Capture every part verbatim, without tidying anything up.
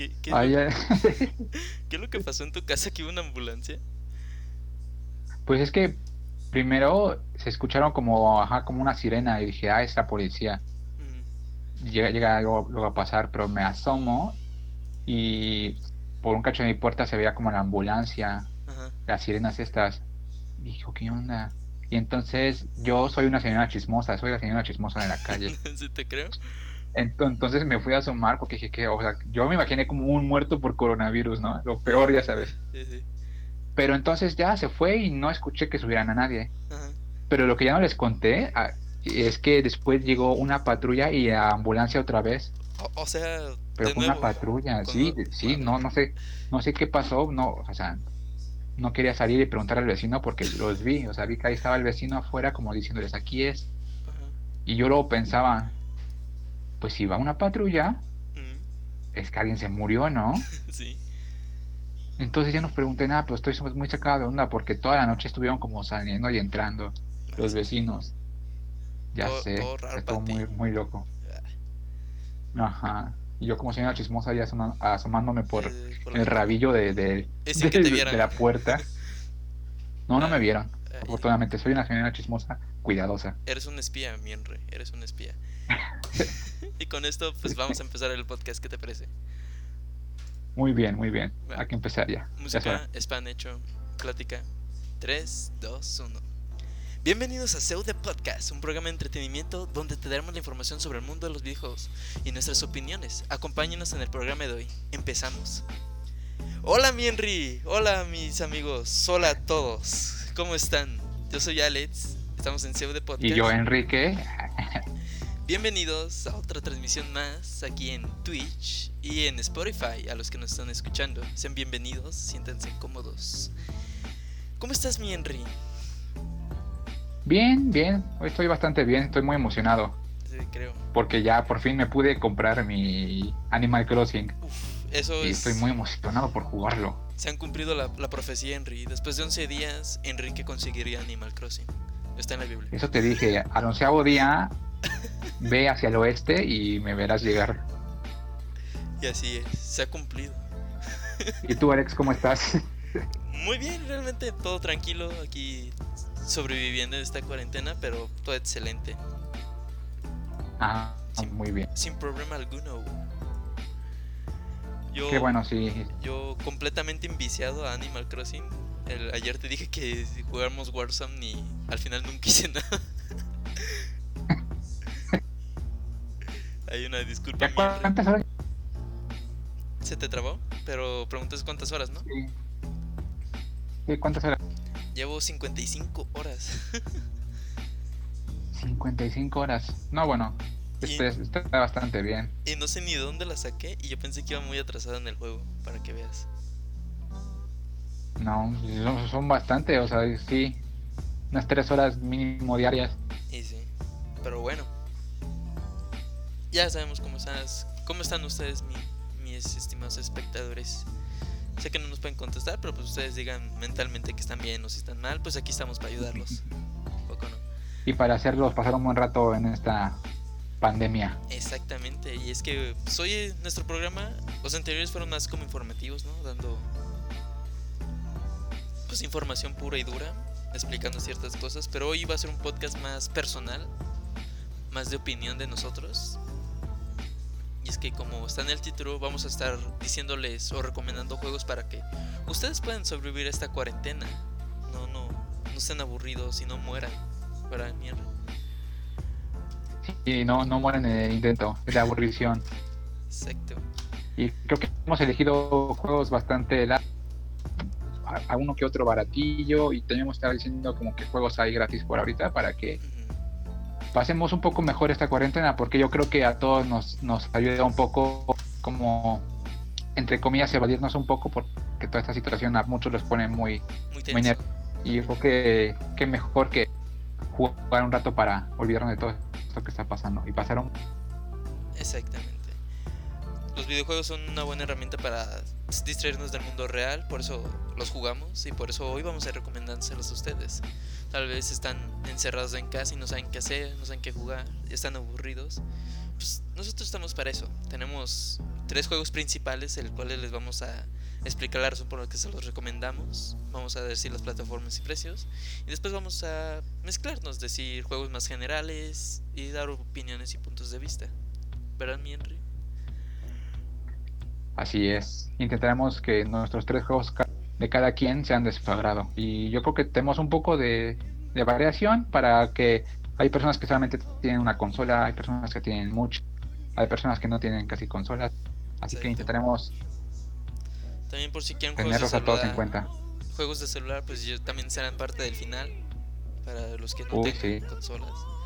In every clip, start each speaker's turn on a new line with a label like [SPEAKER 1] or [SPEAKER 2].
[SPEAKER 1] ¿Qué, qué, es lo,
[SPEAKER 2] Ay, ay.
[SPEAKER 1] ¿Qué es lo que pasó en tu casa? ¿Que hubo una ambulancia?
[SPEAKER 2] Pues es que primero se escucharon como, ajá, como una sirena y dije, ah, es la policía.
[SPEAKER 1] Mm,
[SPEAKER 2] Llega, llega algo, lo va a pasar, pero me asomo y por un cacho de mi puerta se veía como la ambulancia,
[SPEAKER 1] ajá.
[SPEAKER 2] las sirenas estas. Dijo, ¿qué onda? Y entonces yo soy una señora chismosa, soy la señora chismosa de la calle.
[SPEAKER 1] Sí te creo.
[SPEAKER 2] Ento- Entonces me fui a asomar porque dije que, o sea, yo me imaginé como un muerto por coronavirus, ¿no? Lo peor, ya sabes.
[SPEAKER 1] Sí, sí.
[SPEAKER 2] Pero entonces ya se fue y no escuché que subieran a nadie.
[SPEAKER 1] Ajá.
[SPEAKER 2] Pero lo que ya no les conté ah, es que después llegó una patrulla y la ambulancia otra vez,
[SPEAKER 1] O, o sea,
[SPEAKER 2] pero
[SPEAKER 1] de
[SPEAKER 2] con una
[SPEAKER 1] nuevo.
[SPEAKER 2] patrulla,
[SPEAKER 1] Con
[SPEAKER 2] sí,
[SPEAKER 1] nue-
[SPEAKER 2] de- sí,
[SPEAKER 1] Madre.
[SPEAKER 2] no, no sé, no sé qué pasó, no, o sea, no quería salir y preguntar al vecino porque los vi, o sea, vi que ahí estaba el vecino afuera como diciéndoles, aquí es,
[SPEAKER 1] Ajá.
[SPEAKER 2] y yo luego pensaba, pues si va una patrulla,
[SPEAKER 1] Mm,
[SPEAKER 2] es que alguien se murió, ¿no?
[SPEAKER 1] sí.
[SPEAKER 2] Entonces ya no pregunté nada, pero estoy muy sacado de onda porque toda la noche estuvieron como saliendo y entrando
[SPEAKER 1] Ah,
[SPEAKER 2] los
[SPEAKER 1] sí.
[SPEAKER 2] vecinos, ya
[SPEAKER 1] Todo,
[SPEAKER 2] sé,
[SPEAKER 1] todo raro para
[SPEAKER 2] estuvo
[SPEAKER 1] ti.
[SPEAKER 2] muy, muy loco. Ajá. Y yo como señora chismosa ya asoma- asomándome por
[SPEAKER 1] Eh, por la
[SPEAKER 2] el
[SPEAKER 1] ventana.
[SPEAKER 2] rabillo de, de,
[SPEAKER 1] Es sin
[SPEAKER 2] de,
[SPEAKER 1] que te
[SPEAKER 2] de
[SPEAKER 1] vieran.
[SPEAKER 2] la puerta. No, no me
[SPEAKER 1] Ah,
[SPEAKER 2] vieron.
[SPEAKER 1] ah, ya.
[SPEAKER 2] Afortunadamente, soy una señora chismosa cuidadosa.
[SPEAKER 1] Eres un espía, mi Henry. Eres un espía. Y con esto, pues vamos a empezar el podcast. ¿Qué te parece?
[SPEAKER 2] Muy bien, muy bien.
[SPEAKER 1] Va.
[SPEAKER 2] Hay que empezar ya. Ya es
[SPEAKER 1] Música,
[SPEAKER 2] hora.
[SPEAKER 1] spam hecho, plática. Tres, dos, uno. Bienvenidos a S E U de Podcast, un programa de entretenimiento donde te daremos la información sobre el mundo de los videojuegos y nuestras opiniones. Acompáñenos en el programa de hoy. Empezamos. Hola mi Henry, hola mis amigos, hola a todos. ¿Cómo están? Yo soy Alex, estamos en S E U de
[SPEAKER 2] Y yo,
[SPEAKER 1] Podcast.
[SPEAKER 2] Enrique,
[SPEAKER 1] Bienvenidos a otra transmisión más aquí en Twitch y en Spotify. A los que nos están escuchando, sean bienvenidos, siéntanse cómodos. ¿Cómo estás mi Henry?
[SPEAKER 2] bien, bien. Hoy estoy bastante bien. Estoy muy emocionado
[SPEAKER 1] Sí, creo.
[SPEAKER 2] porque ya por fin me pude comprar mi Animal Crossing
[SPEAKER 1] Uf, eso
[SPEAKER 2] y estoy
[SPEAKER 1] es.
[SPEAKER 2] muy emocionado por jugarlo.
[SPEAKER 1] Se han cumplido la, la profecía, Henry. Después de once días, Enrique conseguiría Animal Crossing. Está en la Biblia.
[SPEAKER 2] Eso te dije, al onceavo día, ve hacia el oeste y me verás llegar.
[SPEAKER 1] Y así es, se ha cumplido.
[SPEAKER 2] ¿Y tú, Alex, cómo estás?
[SPEAKER 1] Muy bien, realmente todo tranquilo aquí sobreviviendo en esta cuarentena, pero todo excelente.
[SPEAKER 2] Ah,
[SPEAKER 1] Sin,
[SPEAKER 2] muy bien.
[SPEAKER 1] sin problema alguno.
[SPEAKER 2] Qué
[SPEAKER 1] Yo,
[SPEAKER 2] bueno, sí.
[SPEAKER 1] yo completamente enviciado a Animal Crossing. El, ayer te dije que jugáramos Warzone y al final nunca hice nada. Hay una disculpa,
[SPEAKER 2] ¿Ya
[SPEAKER 1] mi Henry.
[SPEAKER 2] cuántas horas?
[SPEAKER 1] Se te trabó, pero preguntas cuántas horas, ¿no?
[SPEAKER 2] Sí, sí, ¿cuántas horas?
[SPEAKER 1] Llevo cincuenta y cinco horas.
[SPEAKER 2] Cincuenta y cinco horas. No, bueno,
[SPEAKER 1] y,
[SPEAKER 2] este es- está bastante bien.
[SPEAKER 1] y no sé ni de dónde la saqué. Y yo pensé que iba muy atrasada en el juego, para que veas.
[SPEAKER 2] No, son, son bastante, o sea, sí, unas tres horas mínimo diarias.
[SPEAKER 1] Y sí, pero bueno, ya sabemos cómo estás. ¿Cómo están ustedes, mi, mis estimados espectadores? Sé que no nos pueden contestar, pero pues ustedes digan mentalmente que están bien o si están mal, pues aquí estamos para ayudarlos. ¿Poco no?
[SPEAKER 2] Y para hacerlos pasar un buen rato en esta pandemia.
[SPEAKER 1] Exactamente, y es que pues, hoy nuestro programa, los anteriores fueron más como informativos, ¿no? Dando pues información pura y dura, explicando ciertas cosas, pero hoy va a ser un podcast más personal, más de opinión de nosotros. Y es que como está en el título, vamos a estar diciéndoles o recomendando juegos para que ustedes puedan sobrevivir a esta cuarentena. No, no, no estén aburridos y no mueran. Para mierda.
[SPEAKER 2] Y no, no mueren en el intento, es de aburrición.
[SPEAKER 1] Exacto.
[SPEAKER 2] Y creo que hemos elegido juegos bastante largos, a, a uno que otro baratillo, y tenemos que estar diciendo como que juegos hay gratis por ahorita para que
[SPEAKER 1] Ujú.
[SPEAKER 2] pasemos un poco mejor esta cuarentena, porque yo creo que a todos nos, nos ayuda un poco como, entre comillas, evadirnos un poco, porque toda esta situación a muchos los pone muy,
[SPEAKER 1] Muy
[SPEAKER 2] muy
[SPEAKER 1] tenso.
[SPEAKER 2] nerviosos. Y yo creo que, que mejor que jugar un rato para olvidarnos de todo esto que está pasando y pasar un...
[SPEAKER 1] Exactamente. Los videojuegos son una buena herramienta para distraernos del mundo real, por eso los jugamos y por eso hoy vamos a recomendárselos a ustedes. Tal vez están encerrados en casa y no saben qué hacer, no saben qué jugar, están aburridos. Pues nosotros estamos para eso. Tenemos tres juegos principales, el cual les vamos a explicar la razón por la que se los recomendamos. Vamos a decir las plataformas y precios. Y después vamos a mezclarnos, decir juegos más generales y dar opiniones y puntos de vista. ¿Verdad, mi Henry?
[SPEAKER 2] Así es. Intentaremos que nuestros tres juegos de cada quien sean de su agrado. Y yo creo que tenemos un poco de, de variación para que hay personas que solamente tienen una consola, hay personas que tienen mucho, hay personas que no tienen casi consolas. Así
[SPEAKER 1] Exacto.
[SPEAKER 2] que intentaremos
[SPEAKER 1] también por si quieren juegos de
[SPEAKER 2] tenerlos a
[SPEAKER 1] celular,
[SPEAKER 2] todos en cuenta.
[SPEAKER 1] Juegos de celular, pues yo, también serán parte del final para los que no
[SPEAKER 2] Uy,
[SPEAKER 1] tengan
[SPEAKER 2] sí.
[SPEAKER 1] consolas.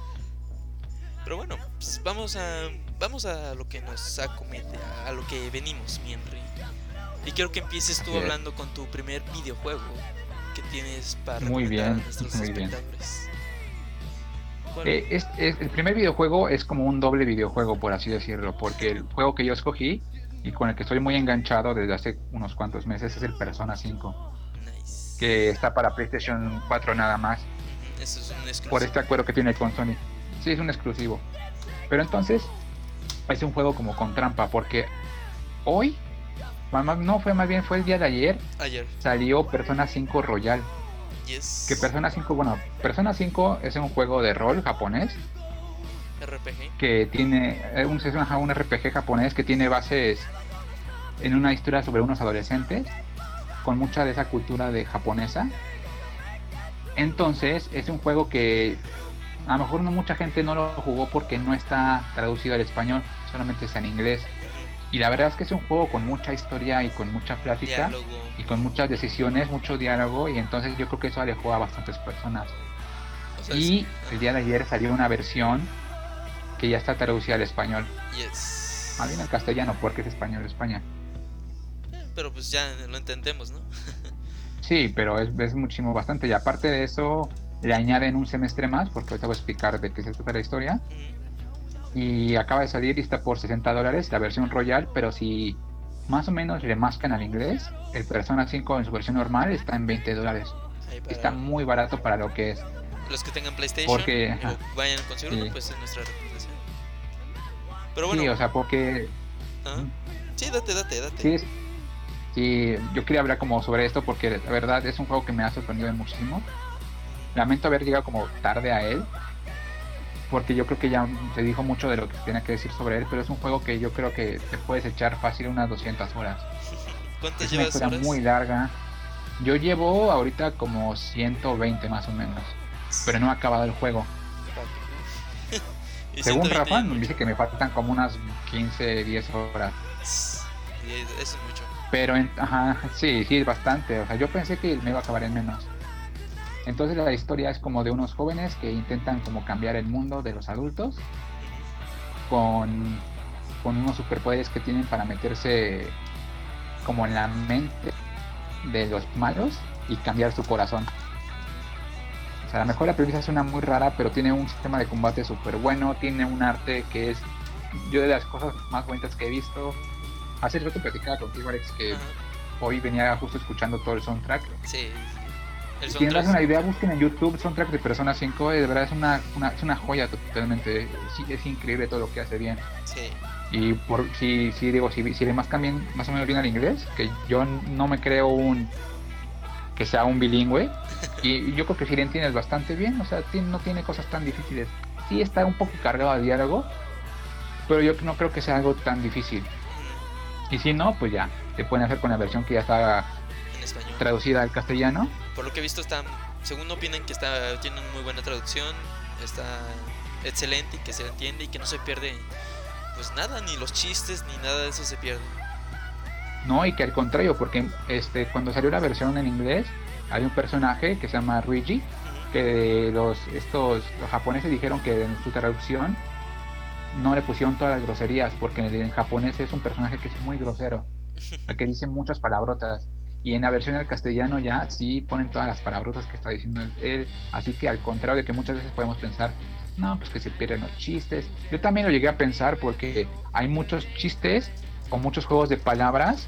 [SPEAKER 1] Pero bueno, pues vamos a vamos a lo que nos acomete, a, a lo que venimos, mi Henry. Y quiero que empieces tú
[SPEAKER 2] Así es.
[SPEAKER 1] hablando con tu primer videojuego que tienes para
[SPEAKER 2] Muy
[SPEAKER 1] recomendar
[SPEAKER 2] bien,
[SPEAKER 1] a nuestros
[SPEAKER 2] muy bien.
[SPEAKER 1] espectadores. Bueno,
[SPEAKER 2] Eh, es, es- el primer videojuego es como un doble videojuego, por así decirlo, porque el juego que yo escogí y con el que estoy muy enganchado desde hace unos cuantos meses es el Persona cinco,
[SPEAKER 1] nice.
[SPEAKER 2] que está para PlayStation cuatro nada más,
[SPEAKER 1] Ujú, eso es un exclusivo.
[SPEAKER 2] por este acuerdo que tiene con Sony. Sí, es un exclusivo. Pero entonces, es un juego como con trampa, porque hoy, más- no fue más bien, fue el día de ayer,
[SPEAKER 1] Ayer.
[SPEAKER 2] salió Persona cinco Royal.
[SPEAKER 1] Yes.
[SPEAKER 2] Que Persona cinco, bueno, Persona cinco es un juego de rol japonés
[SPEAKER 1] R P G.
[SPEAKER 2] que tiene eh, un, es un, un R P G japonés que tiene bases en una historia sobre unos adolescentes con mucha de esa cultura de japonesa. Entonces es un juego que a lo mejor no mucha gente no lo jugó porque no está traducido al español, solamente está en inglés. Y la verdad es que es un juego con mucha historia y con mucha plática
[SPEAKER 1] Diálogo.
[SPEAKER 2] y con muchas decisiones, mucho diálogo, y entonces yo creo que eso alejó a bastantes personas.
[SPEAKER 1] O sea,
[SPEAKER 2] Y
[SPEAKER 1] es-
[SPEAKER 2] el día de ayer salió una versión que ya está traducida al español,
[SPEAKER 1] Yes.
[SPEAKER 2] más bien al castellano porque es español de España.
[SPEAKER 1] Eh, Pero pues ya lo entendemos, ¿no?
[SPEAKER 2] Sí, pero es, es muchísimo bastante. Y aparte de eso, le añaden un semestre más, porque ahorita voy a explicar de qué se trata la historia.
[SPEAKER 1] Ujú.
[SPEAKER 2] Y acaba de salir y está por sesenta dólares la versión Royal, pero si más o menos le mascan al inglés, el Persona cinco en su versión normal está en veinte dólares.
[SPEAKER 1] Ahí para
[SPEAKER 2] Está muy barato para lo que es.
[SPEAKER 1] los que tengan PlayStation
[SPEAKER 2] Porque,
[SPEAKER 1] o
[SPEAKER 2] ajá,
[SPEAKER 1] vayan a conseguirlo,
[SPEAKER 2] sí.
[SPEAKER 1] pues es nuestra recomendación. Pero bueno,
[SPEAKER 2] Sí, o sea, porque
[SPEAKER 1] ajá. Sí, date, date, date.
[SPEAKER 2] sí, es- sí, yo quería hablar como sobre esto porque la verdad es un juego que me ha sorprendido muchísimo. Lamento haber llegado como tarde a él, porque yo creo que ya se dijo mucho de lo que tenía que decir sobre él, pero es un juego que yo creo que te puedes echar fácil unas doscientas horas.
[SPEAKER 1] ¿Cuántas
[SPEAKER 2] Es una
[SPEAKER 1] llevas
[SPEAKER 2] historia
[SPEAKER 1] horas?
[SPEAKER 2] muy larga. Yo llevo ahorita como ciento veinte más o menos, pero no he acabado el juego.
[SPEAKER 1] Y
[SPEAKER 2] Según
[SPEAKER 1] ciento veinte
[SPEAKER 2] Rafa,
[SPEAKER 1] ya es
[SPEAKER 2] me dice
[SPEAKER 1] mucho.
[SPEAKER 2] que me faltan como unas quince, diez horas.
[SPEAKER 1] Y eso es mucho.
[SPEAKER 2] Pero, en- ajá, sí, sí, es bastante. O sea, yo pensé que me iba a acabar en menos. Entonces la historia es como de unos jóvenes que intentan como cambiar el mundo de los adultos con, con unos superpoderes que tienen para meterse como en la mente de los malos y cambiar su corazón. O sea, a lo mejor la premisa suena muy rara, pero tiene un sistema de combate súper bueno, tiene un arte que es, yo de las cosas más bonitas que he visto. Hace rato platicaba contigo, Alex, que
[SPEAKER 1] Ajá.
[SPEAKER 2] hoy venía justo escuchando todo el soundtrack.
[SPEAKER 1] Sí. El
[SPEAKER 2] Si tienes
[SPEAKER 1] soundtrack.
[SPEAKER 2] una idea, busquen en YouTube soundtrack de Persona cinco, y de verdad es una, una, es una joya totalmente. Sí, es increíble todo lo que hace bien.
[SPEAKER 1] Sí.
[SPEAKER 2] Y por si, si digo, si, si le más bien, más o menos bien al inglés, que yo no me creo un que sea un bilingüe, y yo creo que si le entiendes bastante bien, o sea, tiene- no tiene cosas tan difíciles. Sí está un poco cargado a diálogo, pero yo no creo que sea algo tan difícil.
[SPEAKER 1] Ujú.
[SPEAKER 2] Y si no, pues ya, te pueden hacer con la versión que ya está
[SPEAKER 1] En español.
[SPEAKER 2] traducida al castellano.
[SPEAKER 1] Por lo que he visto está, según opinan que está, tiene muy buena traducción, está excelente y que se entiende y que no se pierde pues nada, ni los chistes ni nada de eso se pierde.
[SPEAKER 2] No, y que al contrario, porque este cuando salió la versión en inglés, hay un personaje que se llama Luigi,
[SPEAKER 1] Ujú.
[SPEAKER 2] que los estos los japoneses dijeron que en su traducción no le pusieron todas las groserías, porque en, en japonés es un personaje que es muy grosero, que dice muchas palabrotas. Y en la versión del castellano ya sí ponen todas las palabrotas que está diciendo él. Así que al contrario de que muchas veces podemos pensar, no, pues que se pierden los chistes. Yo también lo llegué a pensar porque hay muchos chistes o muchos juegos de palabras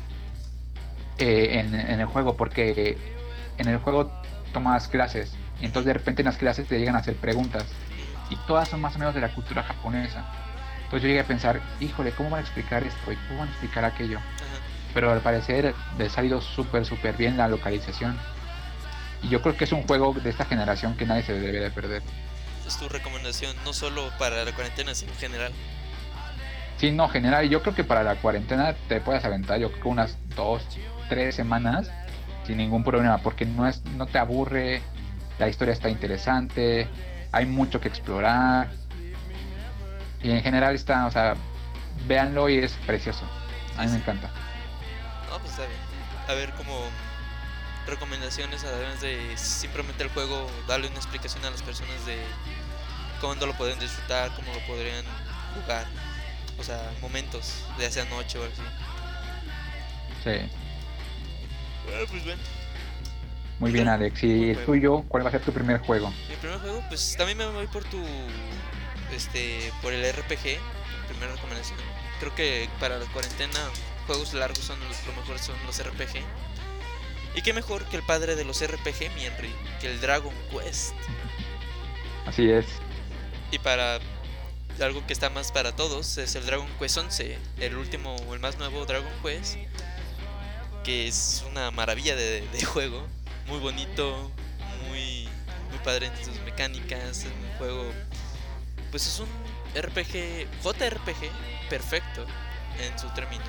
[SPEAKER 2] eh, en, en el juego, porque en el juego tomas clases y entonces de repente en las clases te llegan a hacer preguntas y todas son más o menos de la cultura japonesa. Entonces yo llegué a pensar, híjole, ¿cómo van a explicar esto? ¿Y cómo van a explicar aquello?
[SPEAKER 1] Ajá.
[SPEAKER 2] Pero al parecer les ha ido súper, súper bien la localización. Y yo creo que es un juego de esta generación que nadie se debe de perder.
[SPEAKER 1] Es tu recomendación, no solo para la cuarentena, sino en general.
[SPEAKER 2] Sí, no, general, yo creo que para la cuarentena te puedes aventar, yo creo que unas dos, tres semanas sin ningún problema, porque no es, no te aburre, la historia está interesante, hay mucho que explorar, y en general está, o sea, véanlo y es precioso. A
[SPEAKER 1] Sí,
[SPEAKER 2] mí me
[SPEAKER 1] sí.
[SPEAKER 2] encanta.
[SPEAKER 1] No, pues está bien. A ver, como recomendaciones, además de simplemente el juego, darle una explicación a las personas de cuándo lo pueden disfrutar, cómo lo podrían jugar. O sea, momentos, ya sea noche o algo así.
[SPEAKER 2] Sí,
[SPEAKER 1] Bueno, pues bueno.
[SPEAKER 2] muy bien,
[SPEAKER 1] Mira,
[SPEAKER 2] Alex.
[SPEAKER 1] un
[SPEAKER 2] ¿Y
[SPEAKER 1] buen
[SPEAKER 2] el
[SPEAKER 1] juego.
[SPEAKER 2] tuyo, cuál va a ser tu primer juego?
[SPEAKER 1] Mi primer juego, pues también me voy por tu. Este. Por el R P G. Primera recomendación. Creo que para la cuarentena, juegos largos son los, lo mejor son los R P G. Y qué mejor que el padre de los R P G, mi Henry, que el Dragon Quest.
[SPEAKER 2] Así es.
[SPEAKER 1] Y para algo que está más para todos, es el Dragon Quest once, el último o el más nuevo Dragon Quest, que es una maravilla de, de juego, muy bonito, muy, muy padre en sus mecánicas, es un juego, pues es un R P G, J R P G perfecto en su término.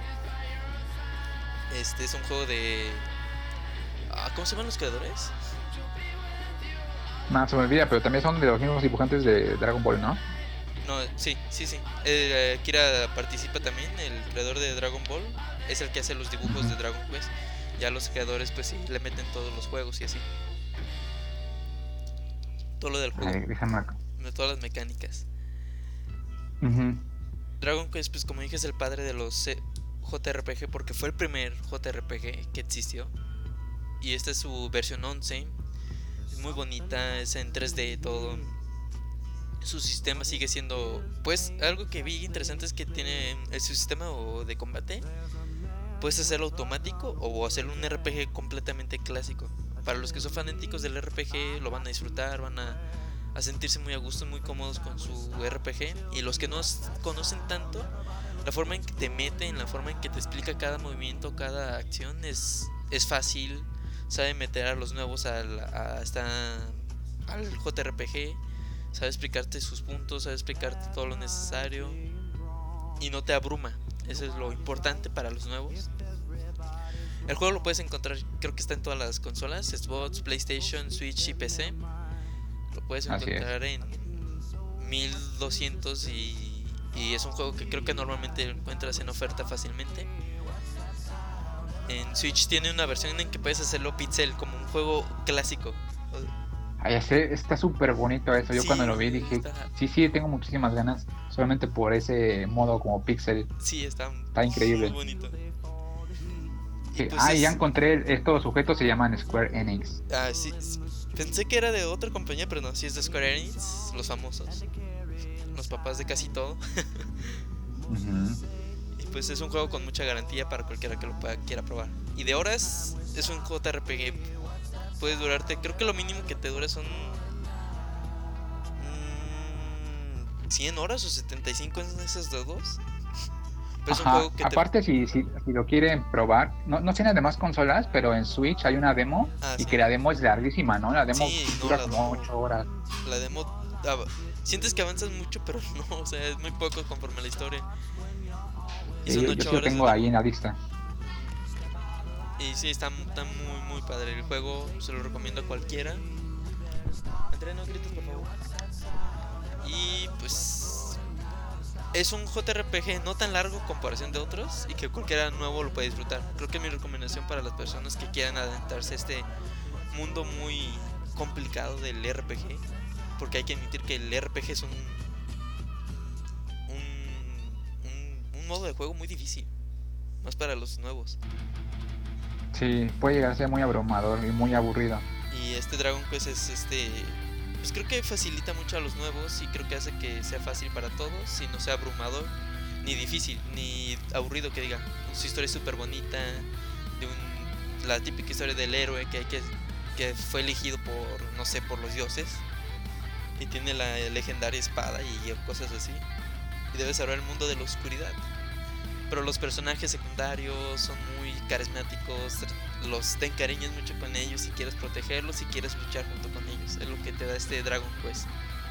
[SPEAKER 1] Este es un juego de... ah, ¿cómo se llaman los creadores?
[SPEAKER 2] Más se me olvida, pero también son de los mismos dibujantes de Dragon Ball, ¿no?
[SPEAKER 1] No, sí, sí, sí. Eh, Kira participa también, el creador de Dragon Ball. Es el que hace los dibujos
[SPEAKER 2] Ujú.
[SPEAKER 1] de Dragon Quest. Ya los creadores, pues sí, le meten todos los juegos y así. Todo lo del
[SPEAKER 2] A
[SPEAKER 1] juego,
[SPEAKER 2] ver, déjame. ac-
[SPEAKER 1] de todas las mecánicas.
[SPEAKER 2] Ujú.
[SPEAKER 1] Dragon Quest, pues como dije, es el padre de los eh, J R P G porque fue el primer J R P G que existió. Y esta es su versión once. Es muy bonita, es en tres D todo. Su sistema sigue siendo, pues, algo que vi interesante es que tiene el su sistema o de combate. Puedes hacerlo automático o hacerlo un R P G completamente clásico. Para los que son fanáticos del R P G lo van a disfrutar, van a, a sentirse muy a gusto, muy cómodos con su R P G. Y los que no conocen tanto, la forma en que te meten, la forma en que te explica cada movimiento, cada acción es, es fácil. Sabe meter a los nuevos al, a esta, al J R P G. Sabe explicarte sus puntos, sabe explicarte todo lo necesario. Y no te abruma. Eso es lo importante para los nuevos. El juego lo puedes encontrar, creo que está en todas las consolas, Xbox, PlayStation, Switch y P C. Lo puedes
[SPEAKER 2] Así es.
[SPEAKER 1] encontrar en mil doscientos y, y es un juego que creo que normalmente encuentras en oferta fácilmente. En Switch tiene una versión en que puedes hacerlo pixel, como un juego clásico.
[SPEAKER 2] Ay, ya sé, está súper bonito eso. Yo cuando
[SPEAKER 1] Sí,
[SPEAKER 2] lo vi dije,
[SPEAKER 1] está,
[SPEAKER 2] sí, sí, tengo muchísimas ganas. Solamente por ese modo como pixel.
[SPEAKER 1] sí, está
[SPEAKER 2] Está
[SPEAKER 1] muy
[SPEAKER 2] increíble.
[SPEAKER 1] bonito. Y
[SPEAKER 2] Sí.
[SPEAKER 1] pues
[SPEAKER 2] Ah, y ya
[SPEAKER 1] es...
[SPEAKER 2] encontré, estos sujetos se llaman Square Enix.
[SPEAKER 1] Ah, sí, sí. Pensé que era de otra compañía, pero no, sí es de Square Enix, los famosos, los papás de casi todo.
[SPEAKER 2] Ujú.
[SPEAKER 1] Y pues es un juego con mucha garantía para cualquiera que lo pueda, quiera probar. Y de horas es un J R P G. Puedes durarte, creo que lo mínimo que te dura son mmm, cien horas o setenta y cinco en esos dedos. Pero es un
[SPEAKER 2] Ajá,
[SPEAKER 1] juego que te...
[SPEAKER 2] aparte si, si, si lo quieren probar, no, no tiene demás consolas, pero en Switch hay una demo
[SPEAKER 1] Ah,
[SPEAKER 2] y
[SPEAKER 1] sí.
[SPEAKER 2] que la demo es larguísima, ¿no? La demo
[SPEAKER 1] Sí, no,
[SPEAKER 2] dura
[SPEAKER 1] la
[SPEAKER 2] como
[SPEAKER 1] demo...
[SPEAKER 2] ocho horas.
[SPEAKER 1] La demo... ah, sientes que avanzas mucho, pero no, o sea, es muy poco conforme a la historia. Y
[SPEAKER 2] Sí,
[SPEAKER 1] son
[SPEAKER 2] yo, yo
[SPEAKER 1] ocho
[SPEAKER 2] sí lo
[SPEAKER 1] horas de
[SPEAKER 2] tengo ahí
[SPEAKER 1] demo.
[SPEAKER 2] en la lista.
[SPEAKER 1] Y sí, está, está muy, muy padre el juego. Se lo recomiendo a cualquiera. Andrea, no grites, por favor. Y pues... es un J R P G no tan largo en comparación de otros y que cualquiera nuevo lo puede disfrutar. Creo que mi recomendación para las personas que quieran adentrarse a este mundo muy complicado del R P G, porque hay que admitir que el R P G es un un, un, un modo de juego muy difícil, más para los nuevos.
[SPEAKER 2] Sí, puede llegar a ser muy abrumador y muy aburrido.
[SPEAKER 1] Y este Dragon Quest es este... pues creo que facilita mucho a los nuevos y creo que hace que sea fácil para todos y no sea abrumador, ni difícil, ni aburrido que diga. Su historia es súper bonita, de un, la típica historia del héroe que, hay que, que fue elegido por, no sé, por los dioses y tiene la legendaria espada y cosas así. y debes salvar el mundo de la oscuridad. Pero los personajes secundarios son muy carismáticos, los te encariñas mucho con ellos y quieres protegerlos y quieres luchar junto con ellos. Es lo que te da este Dragon Quest.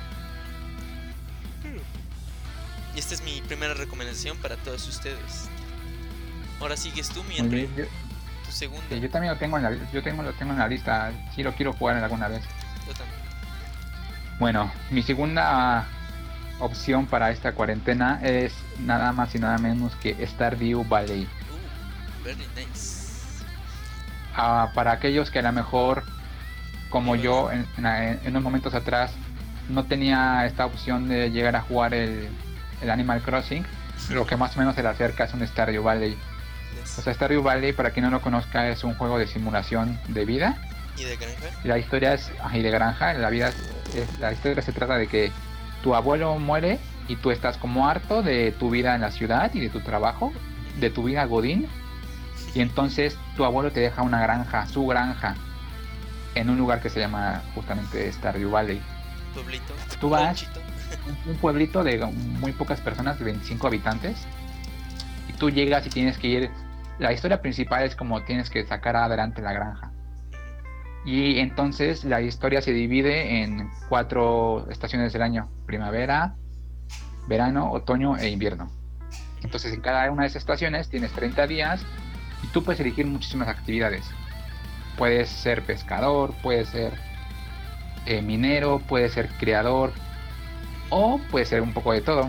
[SPEAKER 1] Y esta es mi primera recomendación para todos ustedes. Ahora sigues tú, mi Henry.
[SPEAKER 2] Yo,
[SPEAKER 1] tu segunda.
[SPEAKER 2] Sí, yo también lo tengo en la, yo tengo, lo tengo en la lista. Sí lo quiero jugar alguna vez.
[SPEAKER 1] Yo también.
[SPEAKER 2] Bueno, mi segunda opción para esta cuarentena es nada más y nada menos que Stardew Valley.
[SPEAKER 1] Uh, very nice.
[SPEAKER 2] Uh, para aquellos que a lo mejor, como
[SPEAKER 1] Sí,
[SPEAKER 2] yo, en, en, en unos momentos atrás no tenía esta opción de llegar a jugar el, el Animal Crossing, lo que más o menos se le acerca es un Stardew Valley.
[SPEAKER 1] Yes.
[SPEAKER 2] O sea, Stardew Valley, para quien no lo conozca, es un juego de simulación de vida.
[SPEAKER 1] ¿Y de granja?
[SPEAKER 2] La historia es, y de granja, la vida es, la historia se trata de que tu abuelo muere y tú estás como harto de tu vida en la ciudad y de tu trabajo, de tu vida godín, y entonces tu abuelo te deja una granja, su granja, en un lugar que se llama justamente Stardew Valley.
[SPEAKER 1] Pueblito.
[SPEAKER 2] Tú vas,
[SPEAKER 1] Ranchito.
[SPEAKER 2] un pueblito de muy pocas personas, de veinticinco habitantes, y tú llegas y tienes que ir, la historia principal es como tienes que sacar adelante la granja. Y entonces la historia se divide en cuatro estaciones del año: primavera, verano, otoño e invierno. Entonces en cada una de esas estaciones tienes treinta días y tú puedes elegir muchísimas actividades. Puedes ser pescador, puedes ser eh, minero, puedes ser criador o puedes ser un poco de todo.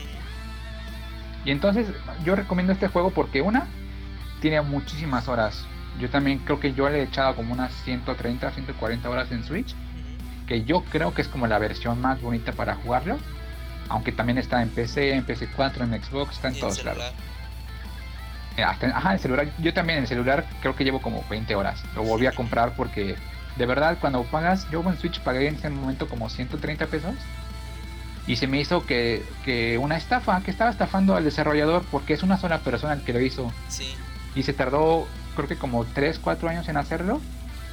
[SPEAKER 2] Y entonces yo recomiendo este juego porque una, tiene muchísimas horas. Yo también creo que yo le he echado como unas ciento treinta, ciento cuarenta horas en Switch, que yo creo que es como la versión más bonita para jugarlo, aunque también está en P C, en P S cuatro, en Xbox, está en
[SPEAKER 1] ¿Y
[SPEAKER 2] todos
[SPEAKER 1] celular?
[SPEAKER 2] lados. Eh, hasta en, ajá, en celular, yo también en celular creo que llevo como veinte horas. Lo volví a comprar porque de verdad cuando pagas, yo en Switch pagué en ese momento como ciento treinta pesos y se me hizo que, que una estafa, que estaba estafando al desarrollador porque es una sola persona el que lo hizo.
[SPEAKER 1] Sí.
[SPEAKER 2] Y se tardó creo que como tres, cuatro años en hacerlo.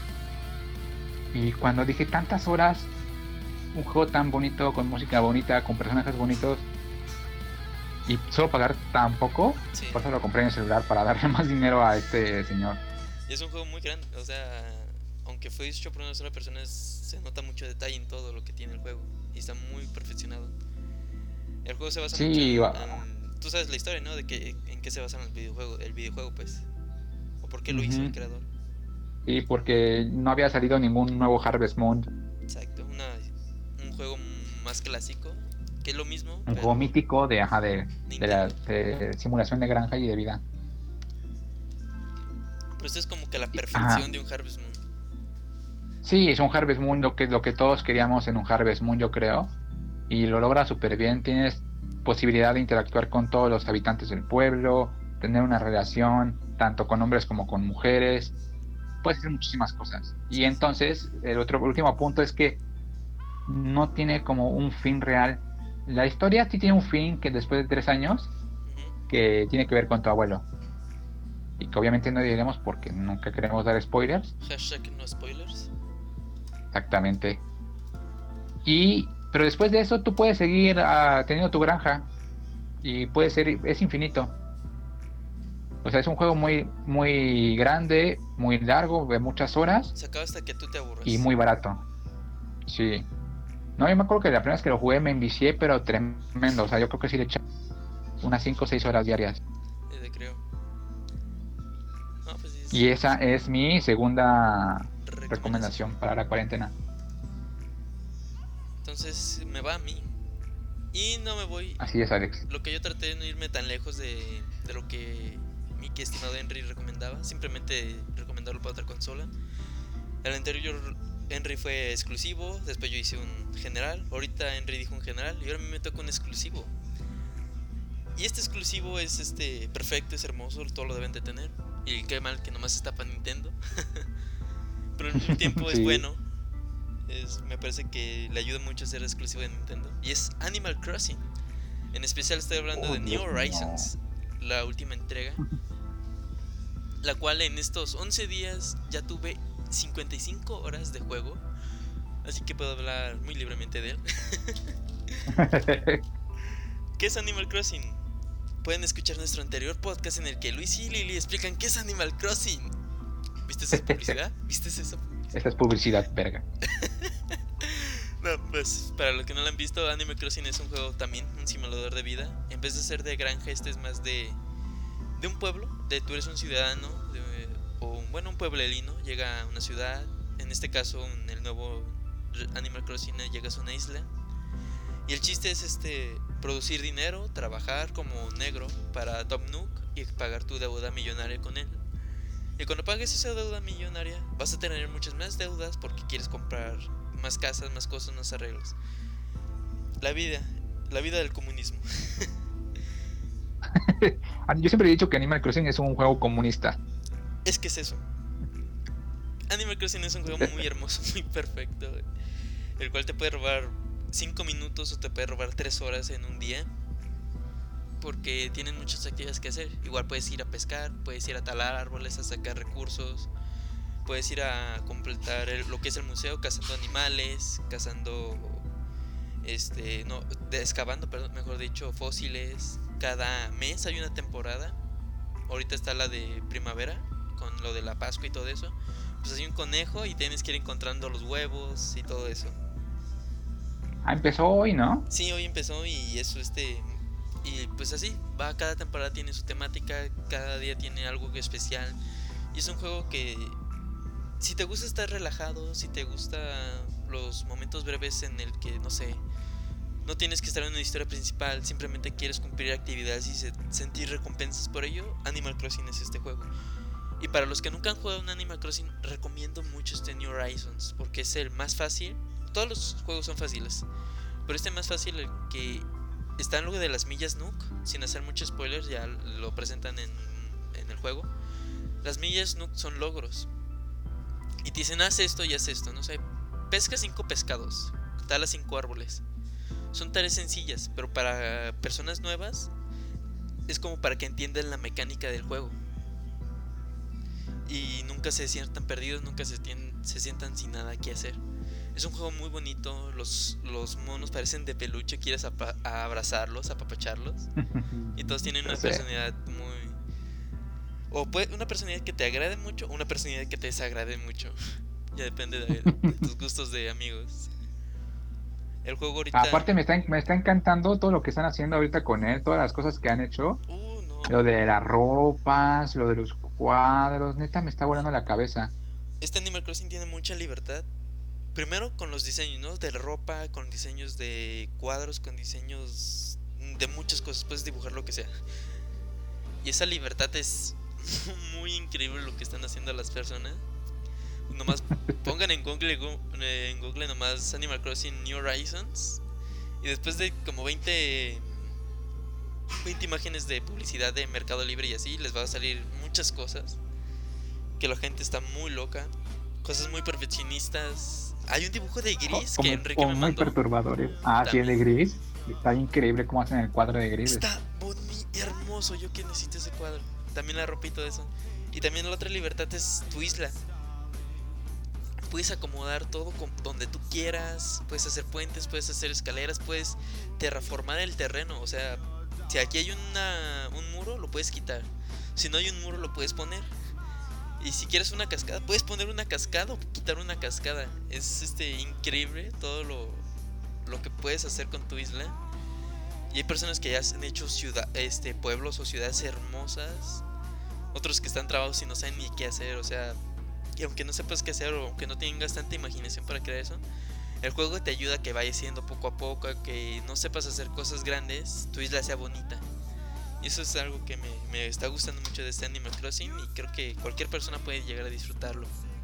[SPEAKER 2] Y cuando dije tantas horas, un juego tan bonito, con música bonita, con personajes bonitos, y solo pagar tan poco,
[SPEAKER 1] Sí.
[SPEAKER 2] por eso lo compré en el celular para darle más dinero a este señor.
[SPEAKER 1] Y es un juego muy grande, o sea, aunque fue hecho por una sola persona, es- se nota mucho detalle en todo lo que tiene el juego y está muy perfeccionado. El juego se basa
[SPEAKER 2] Sí,
[SPEAKER 1] mucho en,
[SPEAKER 2] va.
[SPEAKER 1] en- tú sabes la historia, ¿no? De que en qué se basa el videojuego, el videojuego, pues, o por qué lo hizo el
[SPEAKER 2] Ujú.
[SPEAKER 1] creador.
[SPEAKER 2] Y porque no había salido ningún nuevo Harvest Moon,
[SPEAKER 1] Exacto, una, un juego más clásico, que es lo mismo,
[SPEAKER 2] un
[SPEAKER 1] pero
[SPEAKER 2] juego mítico de, ajá, de, de la
[SPEAKER 1] Nintendo.
[SPEAKER 2] de simulación de granja y de vida.
[SPEAKER 1] Pero esto es como que la
[SPEAKER 2] Ajá.
[SPEAKER 1] perfección de un Harvest Moon.
[SPEAKER 2] Sí, es un Harvest Moon, lo que, lo que todos queríamos en un Harvest Moon, yo creo. Y lo logra súper bien. Tienes posibilidad de interactuar con todos los habitantes del pueblo, tener una relación tanto con hombres como con mujeres. Puedes hacer muchísimas cosas. Y entonces, el otro el último punto es que no tiene como un fin real. La historia sí tiene un fin que después de tres años,
[SPEAKER 1] Ujú.
[SPEAKER 2] que tiene que ver con tu abuelo. Y que obviamente no diremos porque nunca queremos dar spoilers.
[SPEAKER 1] Hashtag no spoilers.
[SPEAKER 2] Exactamente. Y, pero después de eso tú puedes seguir ah, teniendo tu granja y puede ser, es infinito. O sea, es un juego muy, muy grande, muy largo, de muchas horas
[SPEAKER 1] Se acaba hasta que tú te aburras.
[SPEAKER 2] y muy barato. Sí. No, yo me acuerdo que la primera vez que lo jugué me envicié, pero tremendo. O sea, yo creo que sí le eché unas cinco o seis horas diarias.
[SPEAKER 1] Eh, te creo. No, pues sí, es
[SPEAKER 2] Y esa es mi segunda
[SPEAKER 1] recomendación.
[SPEAKER 2] recomendación para la cuarentena.
[SPEAKER 1] Entonces me va a mí. Y no me voy.
[SPEAKER 2] Así es, Alex.
[SPEAKER 1] Lo que yo traté de no irme tan lejos de, de lo que mi que estimado Henry recomendaba. Simplemente recomendarlo para otra consola. El anterior Henry fue exclusivo. Después yo hice un general. Ahorita Henry dijo un general. Y ahora a mí me toca un exclusivo. Y este exclusivo es este perfecto, es hermoso. Todo lo deben de tener. Y qué mal que nomás está para Nintendo. Pero al mismo tiempo es
[SPEAKER 2] Sí.
[SPEAKER 1] bueno. Es, me parece que le ayuda mucho a ser exclusivo de Nintendo. Y es Animal Crossing. En especial estoy hablando
[SPEAKER 2] Oh,
[SPEAKER 1] de New
[SPEAKER 2] Dios mío.
[SPEAKER 1] Horizons, la última entrega, la cual en estos once días ya tuve cincuenta y cinco horas de juego. Así que puedo hablar muy libremente de él. ¿Qué es Animal Crossing? Pueden escuchar nuestro anterior podcast en el que Luis y Lili explican qué es Animal Crossing. ¿Viste esa publicidad? ¿Viste esa publicidad?
[SPEAKER 2] Esa es publicidad, verga.
[SPEAKER 1] No, pues para los que no lo han visto, Animal Crossing es un juego también, un simulador de vida. En vez de ser de granja, este es más de de un pueblo, de tú eres un ciudadano de, o bueno, un pueblerino, llega a una ciudad. En este caso, en el nuevo Animal Crossing llegas a una isla. Y el chiste es este producir dinero, trabajar como negro para Top Nook y pagar tu deuda millonaria con él. Y cuando pagues esa deuda millonaria, vas a tener muchas más deudas porque quieres comprar más casas, más cosas, más arreglos. La vida, la vida del comunismo.
[SPEAKER 2] Yo siempre he dicho que Animal Crossing es un juego comunista.
[SPEAKER 1] Es que es eso. Animal Crossing es un juego muy hermoso, muy perfecto, el cual te puede robar cinco minutos o te puede robar tres horas en un día, porque tienen muchas actividades que hacer. Igual puedes ir a pescar, puedes ir a talar árboles, a sacar recursos, puedes ir a completar el, lo que es el museo, cazando animales, cazando, este, no, de, excavando, perdón, mejor dicho, fósiles. Cada mes hay una temporada. Ahorita está la de primavera, con lo de la Pascua y todo eso. Pues hay un conejo y tienes que ir encontrando los huevos y todo eso.
[SPEAKER 2] Ah, empezó hoy, ¿no?
[SPEAKER 1] Sí, hoy empezó y eso, este... Y pues así, va, cada temporada tiene su temática, cada día tiene algo especial. Y es un juego que, si te gusta estar relajado, si te gusta los momentos breves en el que, no sé, no tienes que estar en una historia principal, simplemente quieres cumplir actividades y se, sentir recompensas por ello, Animal Crossing es este juego. Y para los que nunca han jugado un Animal Crossing, recomiendo mucho este New Horizons, porque es el más fácil. Todos los juegos son fáciles, pero este más fácil, el que está en lo de las millas Nook, sin hacer muchos spoilers, ya lo presentan en, en el juego. Las millas Nook son logros y te dicen haz esto y haz esto, no sé, pesca cinco pescados, tala cinco árboles. Son tareas sencillas, pero para personas nuevas es como para que entiendan la mecánica del juego y nunca se sientan perdidos, nunca se, tienen, se sientan sin nada que hacer. Es un juego muy bonito, los, los monos parecen de peluche, quieres apa- a abrazarlos, apapacharlos. Y todos tienen una personalidad muy... O puede, una personalidad que te agrade mucho o una personalidad que te desagrade mucho. Ya depende de, de tus gustos de amigos. El juego ahorita...
[SPEAKER 2] Aparte me está, me está encantando todo lo que están haciendo ahorita con él, todas las cosas que han hecho.
[SPEAKER 1] Uh, no.
[SPEAKER 2] Lo de las ropas, lo de los cuadros, neta me está volando la cabeza.
[SPEAKER 1] Este Animal Crossing tiene mucha libertad. Primero con los diseños, ¿no? De la ropa, con diseños de cuadros, con diseños de muchas cosas. Puedes dibujar lo que sea. Y esa libertad es muy increíble lo que están haciendo las personas. Nomás pongan en Google, en Google nomás Animal Crossing New Horizons. Y después de como veinte, veinte imágenes de publicidad de Mercado Libre y así, les va a salir muchas cosas. Que la gente está muy loca. Cosas muy perfeccionistas. Hay un dibujo de Gris
[SPEAKER 2] como,
[SPEAKER 1] que Enrique
[SPEAKER 2] como
[SPEAKER 1] me
[SPEAKER 2] muy
[SPEAKER 1] mandó.
[SPEAKER 2] perturbadores. Ah, sí, el de Gris. Está increíble cómo hacen el cuadro de Gris.
[SPEAKER 1] Está bonito, hermoso. Yo que necesito ese cuadro. También la ropa y todo eso. Y también la otra libertad es tu isla. Puedes acomodar todo con, donde tú quieras. Puedes hacer puentes, puedes hacer escaleras, puedes terraformar el terreno. O sea, si aquí hay una, un muro, lo puedes quitar. Si no hay un muro, lo puedes poner. Y si quieres una cascada, puedes poner una cascada o quitar una cascada. Es este increíble todo lo, lo que puedes hacer con tu isla. Y hay personas que ya han hecho ciudad, este, pueblos o ciudades hermosas. Otros que están trabados y no saben ni qué hacer. O sea, y aunque no sepas qué hacer o aunque no tengas tanta imaginación para crear eso, el juego te ayuda a que vayas haciendo poco a poco, a que no sepas hacer cosas grandes, tu isla sea bonita. Y eso es algo que me, me está gustando mucho de este Animal Crossing y creo que cualquier persona puede llegar a disfrutarlo.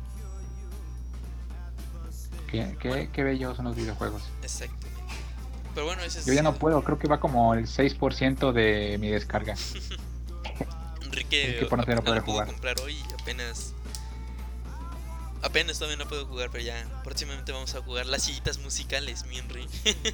[SPEAKER 2] Qué, qué,
[SPEAKER 1] Bueno,
[SPEAKER 2] qué bellos son los videojuegos.
[SPEAKER 1] exactamente. Pero bueno, ese es...
[SPEAKER 2] Yo ya no puedo, creo que va como el seis por ciento de mi descarga.
[SPEAKER 1] Enrique
[SPEAKER 2] Es que por no te lo
[SPEAKER 1] apenas
[SPEAKER 2] puedo
[SPEAKER 1] lo pudo
[SPEAKER 2] jugar.
[SPEAKER 1] comprar hoy y apenas... Apenas todavía no puedo jugar, pero ya próximamente vamos a jugar las sillitas musicales, mi Henry.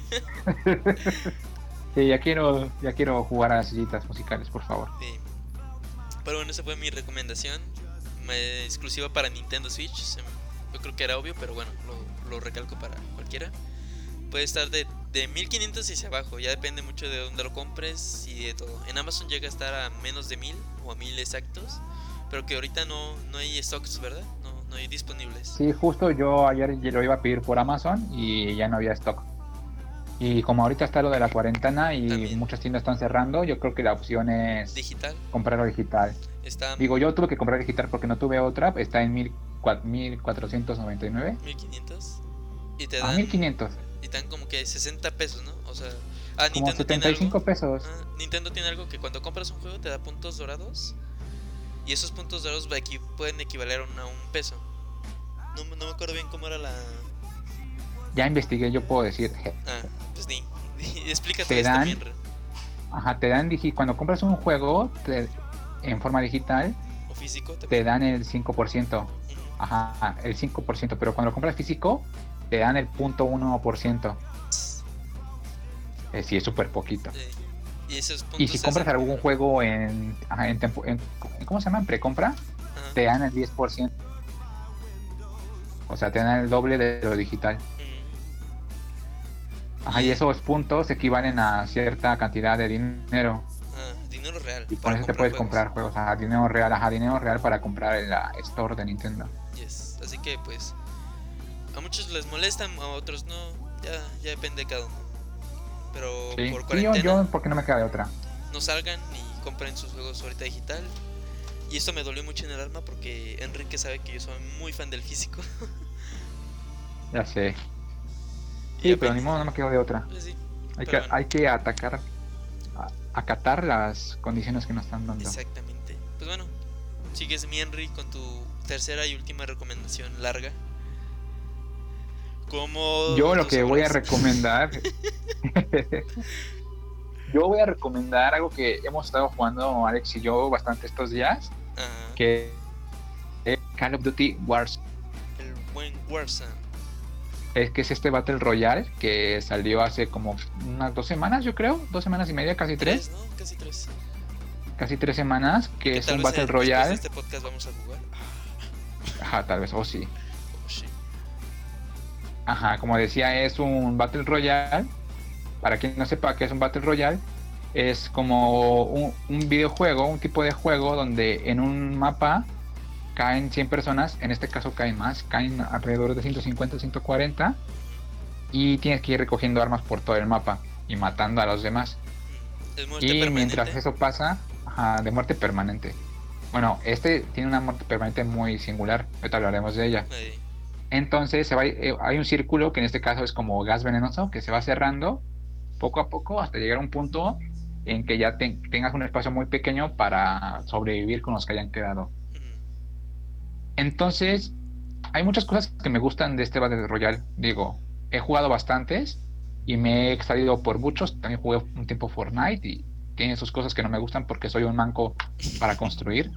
[SPEAKER 2] Sí, ya quiero, ya quiero jugar a las sillitas musicales, por favor.
[SPEAKER 1] Sí. Pero bueno, esa fue mi recomendación. Me, exclusiva para Nintendo Switch. Yo creo que era obvio, pero bueno, lo, lo recalco para cualquiera. Puede estar de de mil quinientos y hacia abajo, ya depende mucho de dónde lo compres y de todo. En Amazon llega a estar a menos de mil o a mil exactos, pero que ahorita no, no hay stocks, ¿verdad? No, no hay disponibles.
[SPEAKER 2] Sí, justo yo ayer lo iba a pedir por Amazon y ya no había stock. Y como ahorita está lo de la cuarentena y
[SPEAKER 1] También.
[SPEAKER 2] muchas tiendas están cerrando, yo creo que la opción es
[SPEAKER 1] Digital.
[SPEAKER 2] comprarlo digital.
[SPEAKER 1] Está
[SPEAKER 2] Digo, yo tuve que comprar digital porque no tuve otra, está en mil cuatrocientos noventa y nueve.
[SPEAKER 1] mil quinientos y te
[SPEAKER 2] A
[SPEAKER 1] dan
[SPEAKER 2] mil quinientos,
[SPEAKER 1] y te dan como que sesenta pesos, ¿no? O sea, ah,
[SPEAKER 2] como
[SPEAKER 1] Nintendo tiene
[SPEAKER 2] setenta y cinco
[SPEAKER 1] algo.
[SPEAKER 2] pesos.
[SPEAKER 1] Ah, Nintendo tiene algo que cuando compras un juego te da puntos dorados y esos puntos dorados aquí pueden equivaler a un, a un peso. No, no me acuerdo bien cómo era la.
[SPEAKER 2] Ya investigué, yo puedo decir.
[SPEAKER 1] Ah, pues ni, ni explica todo
[SPEAKER 2] Te
[SPEAKER 1] esto
[SPEAKER 2] dan,
[SPEAKER 1] bien.
[SPEAKER 2] ajá, te dan digi- cuando compras un juego te- en forma digital,
[SPEAKER 1] O físico
[SPEAKER 2] te
[SPEAKER 1] también.
[SPEAKER 2] dan el cinco por ciento.
[SPEAKER 1] Ujú.
[SPEAKER 2] Ajá, el cinco por ciento, pero cuando lo compras físico, te dan el punto uno por ciento. Eh, sí, es súper poquito.
[SPEAKER 1] Eh, y esos puntos
[SPEAKER 2] Y si
[SPEAKER 1] se
[SPEAKER 2] compras
[SPEAKER 1] hacen-
[SPEAKER 2] algún juego en, ajá, en, tempo- en- en- ¿cómo se llama? En precompra,
[SPEAKER 1] Ajá.
[SPEAKER 2] te dan el diez por ciento. O sea, te dan el doble de lo digital.
[SPEAKER 1] Mm.
[SPEAKER 2] Ajá, y esos puntos equivalen a cierta cantidad de dinero.
[SPEAKER 1] Ah, dinero real.
[SPEAKER 2] Y con
[SPEAKER 1] para
[SPEAKER 2] eso te
[SPEAKER 1] comprar
[SPEAKER 2] puedes
[SPEAKER 1] juegos.
[SPEAKER 2] comprar juegos. Ajá, dinero real, ajá, dinero real para comprar en la store de Nintendo.
[SPEAKER 1] Yes. Así que pues a muchos les molestan, a otros no. Ya, ya depende de cada uno. Pero
[SPEAKER 2] Sí,
[SPEAKER 1] por
[SPEAKER 2] sí, yo,
[SPEAKER 1] cuarentena
[SPEAKER 2] yo porque no me queda de otra.
[SPEAKER 1] no salgan y compren sus juegos ahorita digital. Y esto me dolió mucho en el alma porque Enrique sabe que yo soy muy fan del físico.
[SPEAKER 2] Ya sé.
[SPEAKER 1] Y
[SPEAKER 2] Sí, pero
[SPEAKER 1] apenas-
[SPEAKER 2] ni modo, no me quedo de otra.
[SPEAKER 1] pues sí,
[SPEAKER 2] Hay que,
[SPEAKER 1] pero bueno,
[SPEAKER 2] hay que atacar, a- acatar las condiciones que nos están dando.
[SPEAKER 1] exactamente. Pues bueno, sigues mi Henry con tu tercera y última recomendación larga. Como
[SPEAKER 2] Yo lo
[SPEAKER 1] dos
[SPEAKER 2] que voy a
[SPEAKER 1] horas.
[SPEAKER 2] recomendar, yo voy a recomendar algo que hemos estado jugando Alex y yo bastante estos días,
[SPEAKER 1] Ajá,
[SPEAKER 2] que es Call of Duty Wars.
[SPEAKER 1] el buen Warzone.
[SPEAKER 2] Es que es este Battle Royale que salió hace como unas dos semanas, yo creo, dos semanas y media, casi tres,
[SPEAKER 1] Tres, ¿no? Casi tres.
[SPEAKER 2] casi tres semanas, que
[SPEAKER 1] Que
[SPEAKER 2] es
[SPEAKER 1] tal
[SPEAKER 2] un
[SPEAKER 1] vez
[SPEAKER 2] Battle
[SPEAKER 1] en- después de
[SPEAKER 2] Royale.
[SPEAKER 1] este podcast vamos a jugar.
[SPEAKER 2] Ajá, tal vez, o sí.
[SPEAKER 1] Oh, shit.
[SPEAKER 2] Ajá, como decía, es un Battle Royale. Para quien no sepa qué es un Battle Royale, es como un, un videojuego, un tipo de juego donde en un mapa caen cien personas, en este caso caen más, caen alrededor de ciento cincuenta, ciento cuarenta, y tienes que ir recogiendo armas por todo el mapa y matando a los demás.
[SPEAKER 1] Es muerte
[SPEAKER 2] Y
[SPEAKER 1] permanente.
[SPEAKER 2] mientras eso pasa, ajá, de muerte permanente. Bueno, este tiene una muerte permanente muy singular, ahorita hablaremos de ella.
[SPEAKER 1] Ahí.
[SPEAKER 2] Entonces se va, eh, hay un círculo que en este caso es como gas venenoso que se va cerrando poco a poco hasta llegar a un punto en que ya te- tengas un espacio muy pequeño para sobrevivir con los que hayan quedado.
[SPEAKER 1] Ujú.
[SPEAKER 2] Entonces, hay muchas cosas que me gustan de este Battle Royale. Digo, he jugado bastantes y me he extraído por muchos. También jugué un tiempo Fortnite y tiene sus cosas que no me gustan porque soy un manco para construir.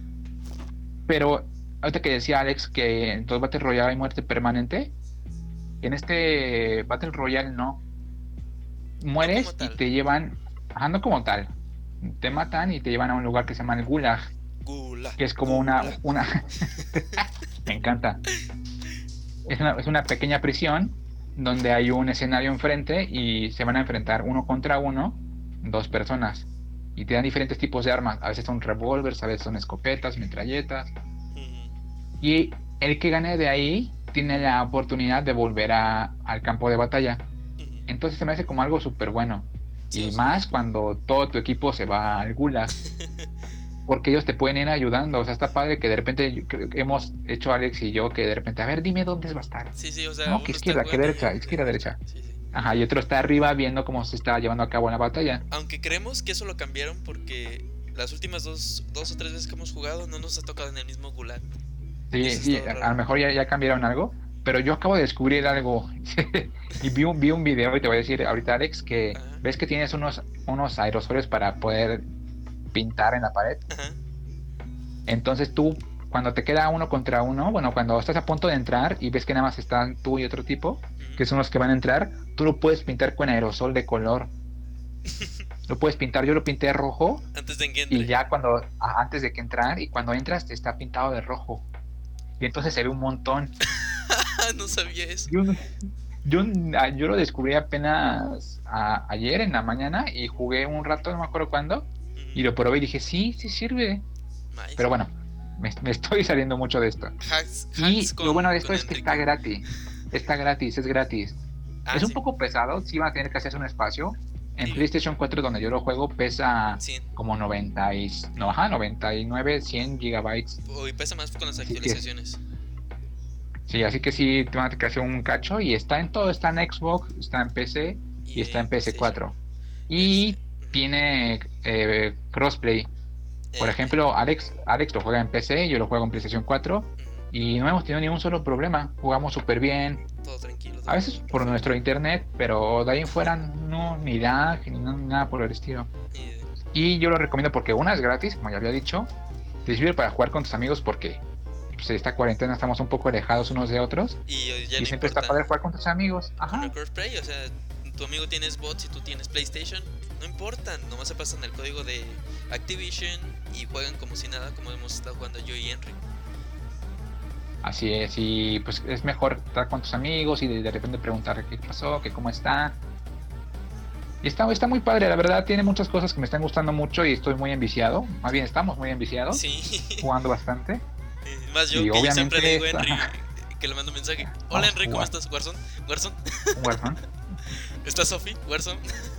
[SPEAKER 2] Pero ahorita que decía Alex que en todo Battle Royale hay muerte permanente, en este Battle Royale no. Mueres
[SPEAKER 1] como
[SPEAKER 2] y
[SPEAKER 1] tal.
[SPEAKER 2] te llevan, ajá, no como tal, te matan y te llevan a un lugar que se llama el Gulag,
[SPEAKER 1] Gulag,
[SPEAKER 2] que es como una,
[SPEAKER 1] gulag.
[SPEAKER 2] una, me encanta, es una, es una pequeña prisión donde hay un escenario enfrente y se van a enfrentar uno contra uno, dos personas, y te dan diferentes tipos de armas, a veces son revólveres, a veces son escopetas, metralletas,
[SPEAKER 1] Ujú.
[SPEAKER 2] y el que gane de ahí tiene la oportunidad de volver a, al campo de batalla.
[SPEAKER 1] Ujú.
[SPEAKER 2] Entonces se me hace como algo súper bueno.
[SPEAKER 1] Sí,
[SPEAKER 2] Y
[SPEAKER 1] o sea.
[SPEAKER 2] más cuando todo tu equipo se va al Gulag, porque ellos te pueden ir ayudando. O sea, está padre que de repente yo creo que hemos hecho Alex y yo que de repente, a ver, dime dónde va a estar.
[SPEAKER 1] Sí, sí, o sea,
[SPEAKER 2] No,
[SPEAKER 1] uno
[SPEAKER 2] que
[SPEAKER 1] está
[SPEAKER 2] izquierda, que
[SPEAKER 1] jugando y
[SPEAKER 2] derecha,
[SPEAKER 1] otro-
[SPEAKER 2] izquierda, derecha.
[SPEAKER 1] Sí, sí.
[SPEAKER 2] Ajá, y otro está arriba viendo cómo se está llevando a cabo la batalla.
[SPEAKER 1] Aunque creemos que eso lo cambiaron porque las últimas dos, dos o tres veces que hemos jugado no nos ha tocado en el mismo Gulag.
[SPEAKER 2] Sí,
[SPEAKER 1] Eso
[SPEAKER 2] sí,
[SPEAKER 1] está
[SPEAKER 2] a,
[SPEAKER 1] raro.
[SPEAKER 2] a lo mejor ya, ya cambiaron algo, pero yo acabo de descubrir algo. Y vi un, vi un video y te voy a decir ahorita, Alex, que
[SPEAKER 1] Ajá.
[SPEAKER 2] ves que tienes unos, unos aerosoles para poder pintar en la pared.
[SPEAKER 1] Ajá.
[SPEAKER 2] Entonces tú, cuando te queda uno contra uno, bueno, cuando estás a punto de entrar y ves que nada más están tú y otro tipo,
[SPEAKER 1] Ujú.
[SPEAKER 2] que son los que van a entrar, tú lo puedes pintar con aerosol de color. Lo puedes pintar, yo lo pinté rojo
[SPEAKER 1] Antes de que entre.
[SPEAKER 2] y ya cuando, a- antes de que entrar, y cuando entras te está pintado de rojo. Y entonces se ve un montón.
[SPEAKER 1] Ah, no sabía eso.
[SPEAKER 2] Y, uno- Yo, ah, yo lo descubrí apenas a- ayer en la mañana y jugué un rato, no me acuerdo cuándo, y lo
[SPEAKER 1] Ujú.
[SPEAKER 2] probé y dije, sí, sí sirve.
[SPEAKER 1] Nice.
[SPEAKER 2] Pero bueno, me, me estoy saliendo mucho de esto.
[SPEAKER 1] Hacks, hacks
[SPEAKER 2] Y lo bueno
[SPEAKER 1] con,
[SPEAKER 2] de esto
[SPEAKER 1] con
[SPEAKER 2] es que está
[SPEAKER 1] Enrique.
[SPEAKER 2] gratis. Está gratis, es gratis.
[SPEAKER 1] Ah,
[SPEAKER 2] Es un
[SPEAKER 1] sí.
[SPEAKER 2] poco pesado, sí van a tener que hacerse un espacio. En
[SPEAKER 1] Dime.
[SPEAKER 2] PlayStation cuatro donde yo lo juego, pesa
[SPEAKER 1] cien.
[SPEAKER 2] como noventa y, no, ajá, noventa y nueve, cien gigabytes.
[SPEAKER 1] Hoy pesa más con las
[SPEAKER 2] Así que,
[SPEAKER 1] actualizaciones.
[SPEAKER 2] sí, así que sí, te van a tener que hacer un cacho. Y está en todo, está en Xbox, está en P C y
[SPEAKER 1] Y
[SPEAKER 2] está
[SPEAKER 1] en
[SPEAKER 2] en
[SPEAKER 1] PlayStation.
[SPEAKER 2] P S cuatro.
[SPEAKER 1] Este.
[SPEAKER 2] Y
[SPEAKER 1] Ujú.
[SPEAKER 2] tiene eh, crossplay. Por
[SPEAKER 1] Eh, eh,
[SPEAKER 2] ejemplo, Alex, Alex lo juega en P C, yo lo juego en PlayStation cuatro.
[SPEAKER 1] ujú.
[SPEAKER 2] Y no hemos tenido ningún solo problema. Jugamos súper bien.
[SPEAKER 1] Todo tranquilo,
[SPEAKER 2] A
[SPEAKER 1] todo
[SPEAKER 2] veces por
[SPEAKER 1] perfecto.
[SPEAKER 2] nuestro internet, pero de ahí en fuera no, ni lag, ni no- nada por el estilo.
[SPEAKER 1] Y,
[SPEAKER 2] Y yo lo recomiendo porque una es gratis, como ya había dicho, te sirve para jugar con tus amigos porque pues, esta cuarentena estamos un poco alejados unos de otros
[SPEAKER 1] y ya
[SPEAKER 2] y
[SPEAKER 1] no
[SPEAKER 2] siempre está
[SPEAKER 1] importa.
[SPEAKER 2] padre jugar con tus amigos.
[SPEAKER 1] Con el
[SPEAKER 2] Ajá,
[SPEAKER 1] crossplay, o sea, tu amigo tiene Xbox y tú tienes PlayStation, no importa, nomás se pasan el código de Activision y juegan como si nada, como hemos estado jugando yo y Henry.
[SPEAKER 2] así es. Y pues es mejor estar con tus amigos y de, de repente preguntar qué pasó, que cómo está. Y está, está muy padre, la verdad, tiene muchas cosas que me están gustando mucho y estoy muy enviciado. Más bien, estamos muy enviciados,
[SPEAKER 1] Sí,
[SPEAKER 2] jugando bastante.
[SPEAKER 1] más yo
[SPEAKER 2] Y
[SPEAKER 1] que yo siempre le
[SPEAKER 2] obviamente
[SPEAKER 1] digo a
[SPEAKER 2] está...
[SPEAKER 1] Henry que le mando un mensaje. Hola
[SPEAKER 2] vamos a
[SPEAKER 1] Henry, ¿cómo
[SPEAKER 2] jugar
[SPEAKER 1] estás? Warzone, Warzone,
[SPEAKER 2] un Warzone.
[SPEAKER 1] ¿está Sophie? Warzone.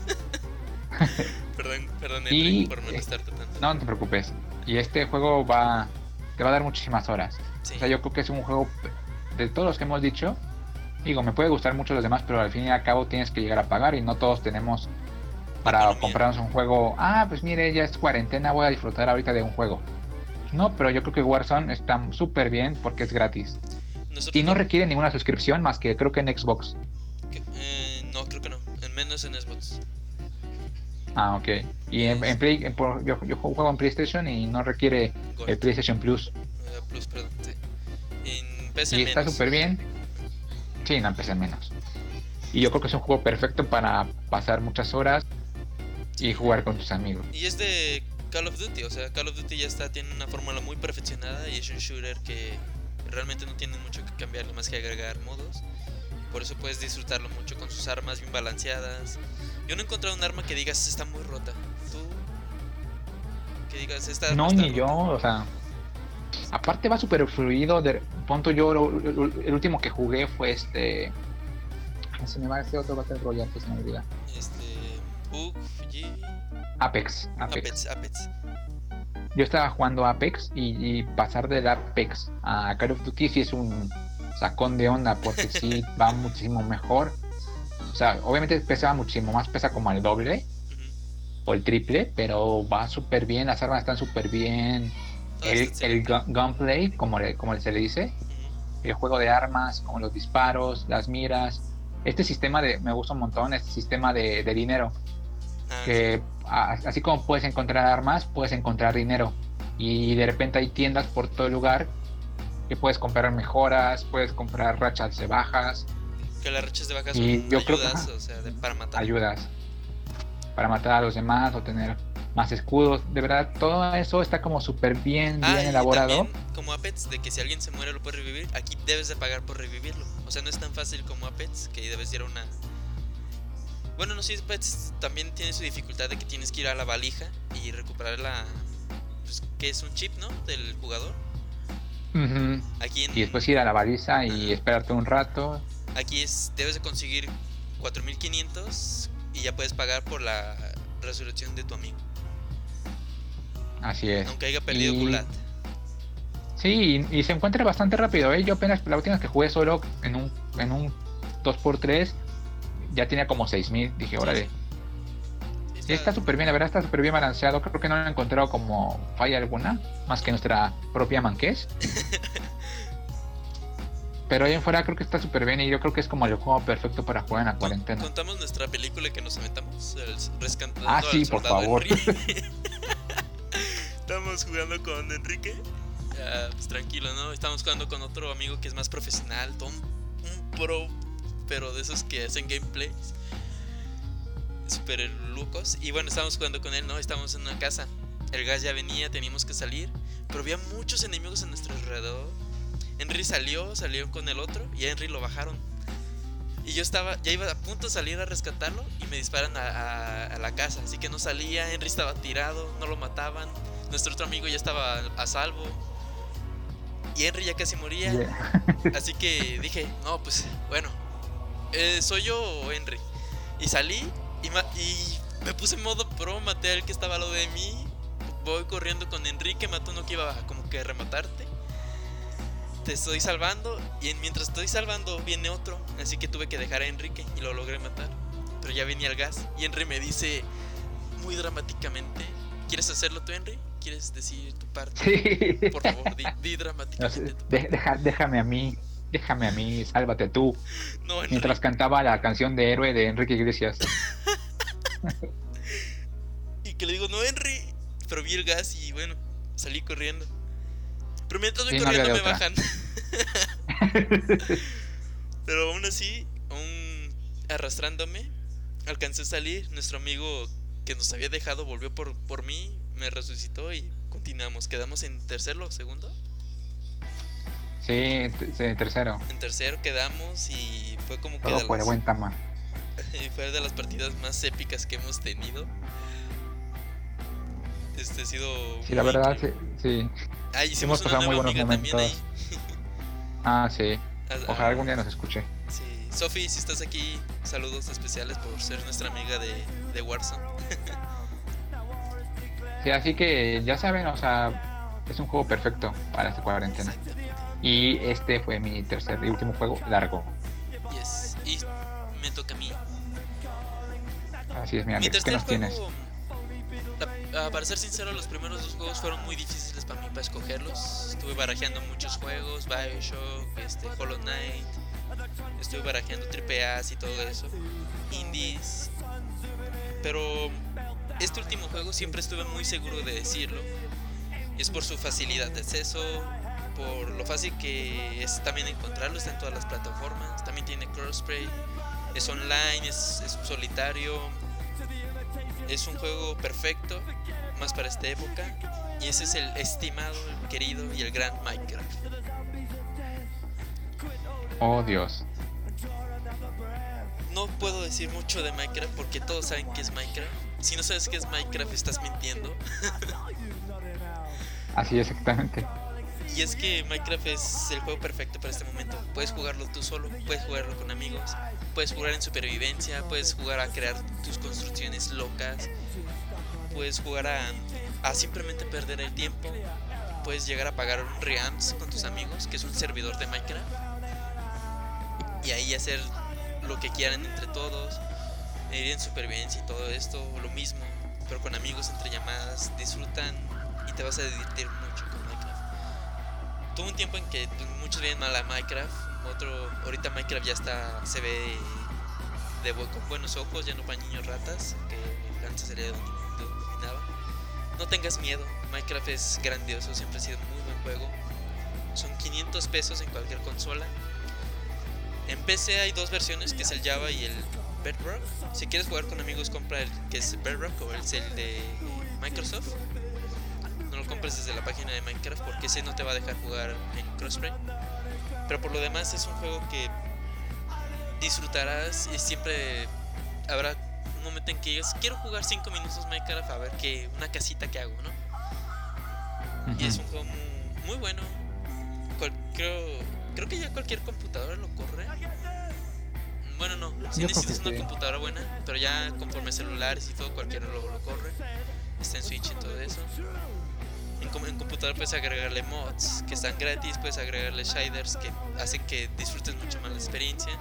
[SPEAKER 1] Perdón, perdón Henry
[SPEAKER 2] Y
[SPEAKER 1] por
[SPEAKER 2] eh,
[SPEAKER 1] molestarte tanto.
[SPEAKER 2] no, no te preocupes. Y este juego va, te va a dar muchísimas horas.
[SPEAKER 1] Sí,
[SPEAKER 2] O sea, yo creo que es un juego de todos los que hemos dicho. Digo, me puede gustar mucho los demás, pero al fin y al cabo tienes que llegar a pagar y no todos tenemos
[SPEAKER 1] la
[SPEAKER 2] para
[SPEAKER 1] economía.
[SPEAKER 2] comprarnos un juego. Ah, pues mire, ya es cuarentena, voy a disfrutar ahorita de un juego. No, pero yo creo que Warzone está súper bien porque es gratis. Y
[SPEAKER 1] Nosotros
[SPEAKER 2] no
[SPEAKER 1] lo...
[SPEAKER 2] requiere ninguna suscripción más que creo que en Xbox.
[SPEAKER 1] que- eh, no, creo que no, en menos en Xbox.
[SPEAKER 2] Ah, ok. Y en, en
[SPEAKER 1] Es
[SPEAKER 2] Play, en- por- yo, yo juego en PlayStation y no requiere el
[SPEAKER 1] Gold,
[SPEAKER 2] PlayStation Plus.
[SPEAKER 1] eh, Plus, perdón, sí. En P C
[SPEAKER 2] Y está
[SPEAKER 1] menos.
[SPEAKER 2] súper bien. Sí, no empecé menos. Y yo creo que es un juego perfecto para pasar muchas horas y
[SPEAKER 1] Sí.
[SPEAKER 2] jugar con tus amigos.
[SPEAKER 1] Y es de Call of Duty, o sea, Call of Duty ya está, tiene una fórmula muy perfeccionada y es un shooter que realmente no tiene mucho que cambiarle más que agregar modos. Por eso puedes disfrutarlo mucho con sus armas bien balanceadas. Yo no he encontrado un arma que digas está muy rota. Tú, que digas esta arma
[SPEAKER 2] No,
[SPEAKER 1] está
[SPEAKER 2] ni yo,
[SPEAKER 1] rota.
[SPEAKER 2] o sea, aparte va súper fluido. De punto yo, lo- lo- el último que jugué fue este. Ay, se me va este otro Battle Royale que se me olvida.
[SPEAKER 1] Este. Pug, G.
[SPEAKER 2] Apex,
[SPEAKER 1] Apex,
[SPEAKER 2] Apex.
[SPEAKER 1] Apex.
[SPEAKER 2] Yo estaba jugando Apex y, y pasar del Apex a Call of Duty sí es un sacón de onda porque sí va muchísimo mejor. O sea, obviamente pesa muchísimo más, pesa como el doble
[SPEAKER 1] Ujú.
[SPEAKER 2] o el triple, pero va súper bien, las armas están súper bien.
[SPEAKER 1] Todo está
[SPEAKER 2] El, el
[SPEAKER 1] excelente.
[SPEAKER 2] gu- gunplay, como, le- como se le dice,
[SPEAKER 1] Ujú.
[SPEAKER 2] el juego de armas, como los disparos, las miras. Este sistema de, me gusta un montón, este sistema de, de dinero,
[SPEAKER 1] Ah, sí.
[SPEAKER 2] que a- así como puedes encontrar armas, puedes encontrar dinero. Y de repente hay tiendas por todo el lugar que puedes comprar mejoras, puedes comprar rachas de bajas
[SPEAKER 1] Que las rachas de baja son
[SPEAKER 2] y yo creo que
[SPEAKER 1] ayudas,
[SPEAKER 2] ajá,
[SPEAKER 1] o sea, de- para matar.
[SPEAKER 2] ayudas para matar a los demás o tener más escudos. De verdad, todo eso está como súper bien,
[SPEAKER 1] Ah,
[SPEAKER 2] bien
[SPEAKER 1] y también
[SPEAKER 2] elaborado.
[SPEAKER 1] como Apex, de que si alguien se muere lo puedes revivir, aquí debes de pagar por revivirlo. O sea, no es tan fácil como Apex, que debes ir a una... Bueno, no sé, Apex también tiene su dificultad de que tienes que ir a la valija y recuperar la... Pues, que es un chip, ¿no? Del jugador.
[SPEAKER 2] Ujú.
[SPEAKER 1] Aquí
[SPEAKER 2] Y
[SPEAKER 1] en...
[SPEAKER 2] después ir a la baliza y
[SPEAKER 1] Ajá.
[SPEAKER 2] esperarte un rato.
[SPEAKER 1] Aquí es... Debes de conseguir cuatro mil quinientos y ya puedes pagar por la resurrección de tu amigo.
[SPEAKER 2] Así es.
[SPEAKER 1] Aunque haya perdido
[SPEAKER 2] Y
[SPEAKER 1] Gulat.
[SPEAKER 2] sí, y, y se encuentra bastante rápido, ¿eh? Yo apenas la última vez que jugué solo en un, en un dos por tres ya tenía como seis mil. Dije,
[SPEAKER 1] Sí,
[SPEAKER 2] órale.
[SPEAKER 1] sí.
[SPEAKER 2] Sí, está súper bien, la verdad está súper bien balanceado. Creo que no he encontrado como falla alguna, más que nuestra propia manqués. Pero ahí en fuera creo que está súper bien y yo creo que es como el juego perfecto para jugar en la cuarentena.
[SPEAKER 1] ¿Contamos nuestra película que nos aventamos? El rescatando
[SPEAKER 2] Ah,
[SPEAKER 1] al
[SPEAKER 2] sí, por
[SPEAKER 1] soldado
[SPEAKER 2] favor.
[SPEAKER 1] Henry. Estamos jugando con Enrique. Ah, pues tranquilo, ¿no? Estamos jugando con otro amigo que es más profesional, todo un, un pro, pero de esos que hacen gameplays super locos. Y bueno, estábamos jugando con él, ¿no? Estábamos en una casa. El gas ya venía, teníamos que salir, pero había muchos enemigos a nuestro alrededor. Henry salió, salió con el otro y a Henry lo bajaron. Y yo estaba, ya iba a punto de salir a rescatarlo y me disparan a, a, a la casa. Así que no salía, Henry estaba tirado, no lo mataban. Nuestro otro amigo ya estaba a salvo. Y Henry ya casi moría.
[SPEAKER 2] Yeah.
[SPEAKER 1] Así que dije, no, pues bueno, eh, soy yo o Henry. Y salí y, ma- y me puse en modo pro, maté al que estaba al lado de mí. Voy corriendo con Enrique, mato uno que iba como que a rematarte. Te estoy salvando y en- mientras estoy salvando viene otro. Así que tuve que dejar a Enrique y lo logré matar. Pero ya venía el gas y Henry me dice muy dramáticamente, ¿quieres hacerlo tú, Henry? ¿Quieres decir tu parte?
[SPEAKER 2] Sí.
[SPEAKER 1] Por favor, di, di
[SPEAKER 2] No
[SPEAKER 1] dramáticamente
[SPEAKER 2] sé,
[SPEAKER 1] tu
[SPEAKER 2] de-
[SPEAKER 1] parte.
[SPEAKER 2] deja- déjame a mí, déjame a mí, sálvate tú.
[SPEAKER 1] No, Henry.
[SPEAKER 2] Mientras cantaba la canción de Héroe de Enrique Iglesias.
[SPEAKER 1] Y que le digo, no, Henry. Pero vi el gas y bueno, salí corriendo. Pero mientras voy
[SPEAKER 2] Sí, no había
[SPEAKER 1] corriendo
[SPEAKER 2] de
[SPEAKER 1] me
[SPEAKER 2] otra.
[SPEAKER 1] bajan. Pero aún así, aún arrastrándome, alcancé a salir. Nuestro amigo que nos había dejado volvió por, por mí, me resucitó y continuamos. Quedamos en tercero o segundo.
[SPEAKER 2] Sí, t- sí, tercero.
[SPEAKER 1] En tercero quedamos y fue como que de
[SPEAKER 2] Todo por el
[SPEAKER 1] las,
[SPEAKER 2] buen Tama.
[SPEAKER 1] fue de las partidas más épicas que hemos tenido. Este ha sido
[SPEAKER 2] Sí, la
[SPEAKER 1] muy
[SPEAKER 2] verdad, sí,
[SPEAKER 1] increíble.
[SPEAKER 2] sí.
[SPEAKER 1] Ah, hicimos
[SPEAKER 2] Hemos
[SPEAKER 1] una
[SPEAKER 2] pasado muy
[SPEAKER 1] nueva
[SPEAKER 2] buenos
[SPEAKER 1] amiga también ahí.
[SPEAKER 2] momentos. Ah, sí.
[SPEAKER 1] Ah,
[SPEAKER 2] Ojalá algún día
[SPEAKER 1] ah,
[SPEAKER 2] nos escuche.
[SPEAKER 1] sí, Sofi, si estás aquí, saludos especiales por ser nuestra amiga de, de Warzone.
[SPEAKER 2] Sí, así que ya saben, o sea, es un juego perfecto para esta cuarentena.
[SPEAKER 1] Exactamente.
[SPEAKER 2] Y este fue mi tercer y último juego largo.
[SPEAKER 1] Yes. Y me toca a mí.
[SPEAKER 2] Así es, mi
[SPEAKER 1] Mi
[SPEAKER 2] Alex. ¿Qué
[SPEAKER 1] tercer
[SPEAKER 2] nos tienes?
[SPEAKER 1] juego, la- ah, para ser sincero, los primeros dos juegos fueron muy difíciles para mí para escogerlos. Estuve barajeando muchos juegos, Bioshock, este, Hollow Knight. Estuve barajeando triple A y todo eso, indies. Pero este último juego siempre estuve muy seguro de decirlo. Y es por su facilidad de acceso, por lo fácil que es también encontrarlo, está en todas las plataformas. También tiene crossplay, es online, es, es solitario. Es un juego perfecto, más para esta época. Y ese es el estimado, el querido y el gran Minecraft.
[SPEAKER 2] Oh, Dios.
[SPEAKER 1] No puedo decir mucho de Minecraft porque todos saben que es Minecraft. Si no sabes qué es Minecraft, estás mintiendo.
[SPEAKER 2] Así es, exactamente.
[SPEAKER 1] Y es que Minecraft es el juego perfecto para este momento. Puedes jugarlo tú solo, puedes jugarlo con amigos, puedes jugar en supervivencia, puedes jugar a crear tus construcciones locas, puedes jugar a, a simplemente perder el tiempo, puedes llegar a pagar un Reams con tus amigos, que es un servidor de Minecraft, y ahí hacer lo que quieran entre todos, ir en supervivencia y todo esto, lo mismo, pero con amigos entre llamadas, disfrutan y te vas a divertir mucho con Minecraft. Tuvo un tiempo en que muchos veían mal a Minecraft, otro, ahorita Minecraft ya está, se ve de, bu- con buenos ojos, ya no para niños ratas, que antes sería de donde de donde dominaba. No tengas miedo, Minecraft es grandioso, siempre ha sido un muy buen juego. Son quinientos pesos en cualquier consola. En P C hay dos versiones, que es el Java y el Bedrock. Si quieres jugar con amigos, compra el que es Bedrock o es el de Microsoft. No lo compres desde la página de Minecraft porque ese no te va a dejar jugar en crossplay. Pero por lo demás es un juego que disfrutarás y siempre habrá un momento en que digas, quiero jugar cinco minutos Minecraft a ver qué, una casita que hago, ¿no?
[SPEAKER 2] Ujú.
[SPEAKER 1] Y es un juego muy, muy bueno. Cual- creo, creo que ya cualquier computadora lo corre. Bueno, no, si
[SPEAKER 2] Yo creo
[SPEAKER 1] necesitas
[SPEAKER 2] que
[SPEAKER 1] una
[SPEAKER 2] sí.
[SPEAKER 1] computadora buena, pero ya conforme celulares y todo, cualquiera lo, lo corre. Está en Switch y todo eso. En, com- en computadora puedes agregarle mods que están gratis, puedes agregarle shaders que hacen que disfrutes mucho más la experiencia.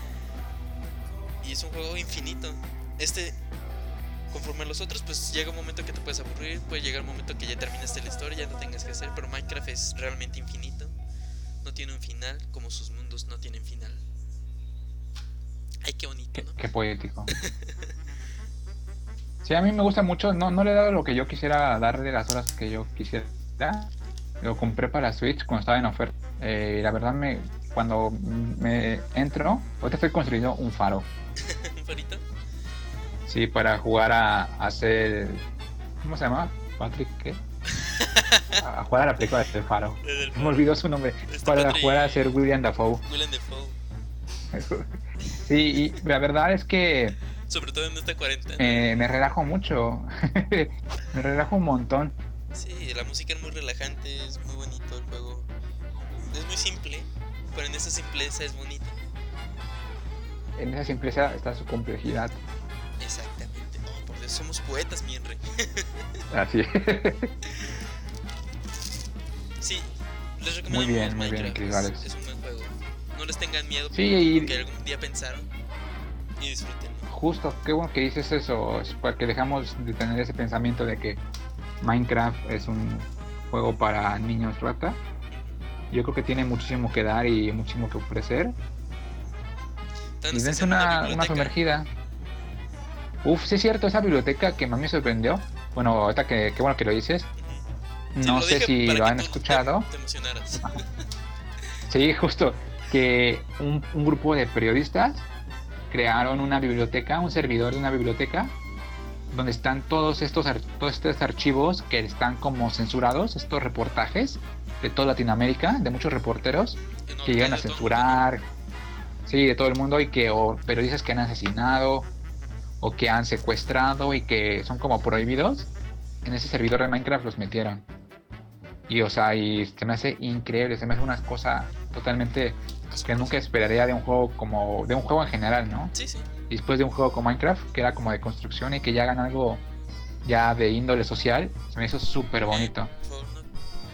[SPEAKER 1] Y es un juego infinito. Este, conforme a los otros, pues llega un momento que te puedes aburrir, puede llegar un momento que ya terminaste la historia, ya no tengas que hacer, pero Minecraft es realmente infinito. No tiene un final, como sus mundos no tienen final. Ay, qué bonito,
[SPEAKER 2] Qué,
[SPEAKER 1] ¿no?
[SPEAKER 2] qué poético. Sí, a mí me gusta mucho. No, no le he dado lo que yo quisiera darle, las horas que yo quisiera. Lo compré para Switch cuando estaba en oferta. Eh, y la verdad, me cuando me entro, ahorita estoy construyendo un faro.
[SPEAKER 1] Un farito.
[SPEAKER 2] Sí, para jugar a, a hacer. ¿Cómo se llama? Patrick, ¿qué? A, a jugar a la película del faro.
[SPEAKER 1] Del
[SPEAKER 2] Se me olvidó su nombre.
[SPEAKER 1] Este
[SPEAKER 2] Para
[SPEAKER 1] Patrick-
[SPEAKER 2] jugar a ser William Dafoe.
[SPEAKER 1] Willem Dafoe.
[SPEAKER 2] Sí, y la verdad es que
[SPEAKER 1] Sobre todo en esta cuarentena.
[SPEAKER 2] eh, me relajo mucho. Me relajo un montón.
[SPEAKER 1] Sí, la música es muy relajante, es muy bonito el juego. Es muy simple, pero en esa simpleza es bonito.
[SPEAKER 2] En esa simpleza está su complejidad.
[SPEAKER 1] Exactamente. Oh, por Dios, somos poetas, mi Henry.
[SPEAKER 2] Así.
[SPEAKER 1] Sí, les recomiendo
[SPEAKER 2] Muy bien,
[SPEAKER 1] mucho
[SPEAKER 2] muy bien,
[SPEAKER 1] Minecraft.
[SPEAKER 2] Chris
[SPEAKER 1] Es,
[SPEAKER 2] Vales.
[SPEAKER 1] es un buen juego. No les tengan miedo
[SPEAKER 2] Sí,
[SPEAKER 1] por
[SPEAKER 2] y
[SPEAKER 1] lo que algún día pensaron y disfruten.
[SPEAKER 2] justo, qué bueno que dices eso, es para que dejamos de tener ese pensamiento de que Minecraft es un juego para niños rata. Yo creo que tiene muchísimo que dar y muchísimo que ofrecer.
[SPEAKER 1] Tan
[SPEAKER 2] Y
[SPEAKER 1] hasta
[SPEAKER 2] dense
[SPEAKER 1] hacen una
[SPEAKER 2] una, una
[SPEAKER 1] biblioteca.
[SPEAKER 2] sumergida. Uf, sí es cierto, esa biblioteca que a mí me sorprendió. Bueno, ahorita que qué bueno que lo dices.
[SPEAKER 1] Ujú. Sí,
[SPEAKER 2] No
[SPEAKER 1] lo
[SPEAKER 2] sé
[SPEAKER 1] dije
[SPEAKER 2] si
[SPEAKER 1] para
[SPEAKER 2] lo
[SPEAKER 1] que
[SPEAKER 2] han
[SPEAKER 1] tú
[SPEAKER 2] escuchado.
[SPEAKER 1] Te, te emocionaras.
[SPEAKER 2] Sí, justo, que un, un grupo de periodistas crearon una biblioteca, un servidor de una biblioteca, donde están todos estos, ar- todos estos archivos que están como censurados, estos reportajes de toda Latinoamérica, de muchos reporteros
[SPEAKER 1] No,
[SPEAKER 2] que llegan
[SPEAKER 1] de
[SPEAKER 2] a
[SPEAKER 1] todo el mundo, ¿no?
[SPEAKER 2] censurar, sí, de todo el mundo, y que o periodistas que han asesinado o que han secuestrado y que son como prohibidos, en ese servidor de Minecraft los metieron. Y o sea, y se me hace increíble, se me hace una cosa totalmente que nunca esperaría de un juego como, de un juego en general, ¿no?
[SPEAKER 1] Sí, sí.
[SPEAKER 2] Y después de un juego como Minecraft, que era como de construcción y que ya hagan algo ya de índole social, se me hizo súper bonito.
[SPEAKER 1] Por favor, no.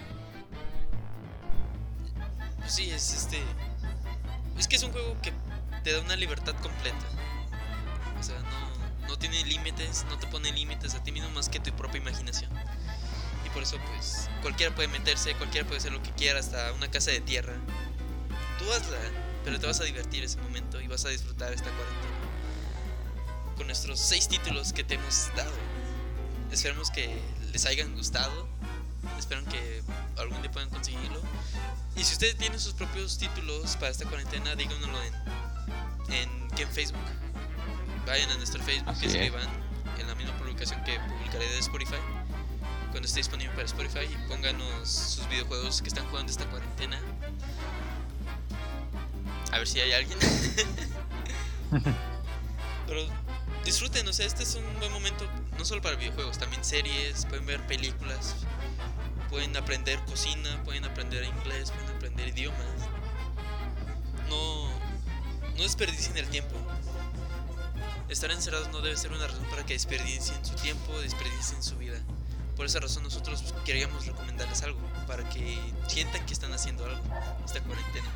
[SPEAKER 1] Pues sí, es este. Es que es un juego que te da una libertad completa. O sea, no, no tiene límites, no te pone límites a ti mismo más que tu propia imaginación. Y por eso, pues, cualquiera puede meterse, cualquiera puede hacer lo que quiera, hasta una casa de tierra. Tú hazla, pero te vas a divertir ese momento y vas a disfrutar esta cuarentena con nuestros seis títulos que te hemos dado. Esperemos que les hayan gustado. Espero que algún día puedan conseguirlo. Y si ustedes tienen sus propios títulos para esta cuarentena, díganoslo en, en, que en Facebook. Vayan a nuestro Facebook,
[SPEAKER 2] Así
[SPEAKER 1] que
[SPEAKER 2] es.
[SPEAKER 1] escriban en la misma publicación que publicaré de Spotify, cuando esté disponible para Spotify, y pónganos sus videojuegos que están jugando esta cuarentena. A ver si hay alguien. Pero disfruten, o sea, este es un buen momento no solo para videojuegos, también series, pueden ver películas, pueden aprender cocina, pueden aprender inglés, pueden aprender idiomas. No, no desperdicien el tiempo. Estar encerrados no debe ser una razón para que desperdicien su tiempo, desperdicien su vida. Por esa razón nosotros queríamos recomendarles algo, para que sientan que están haciendo algo esta cuarentena.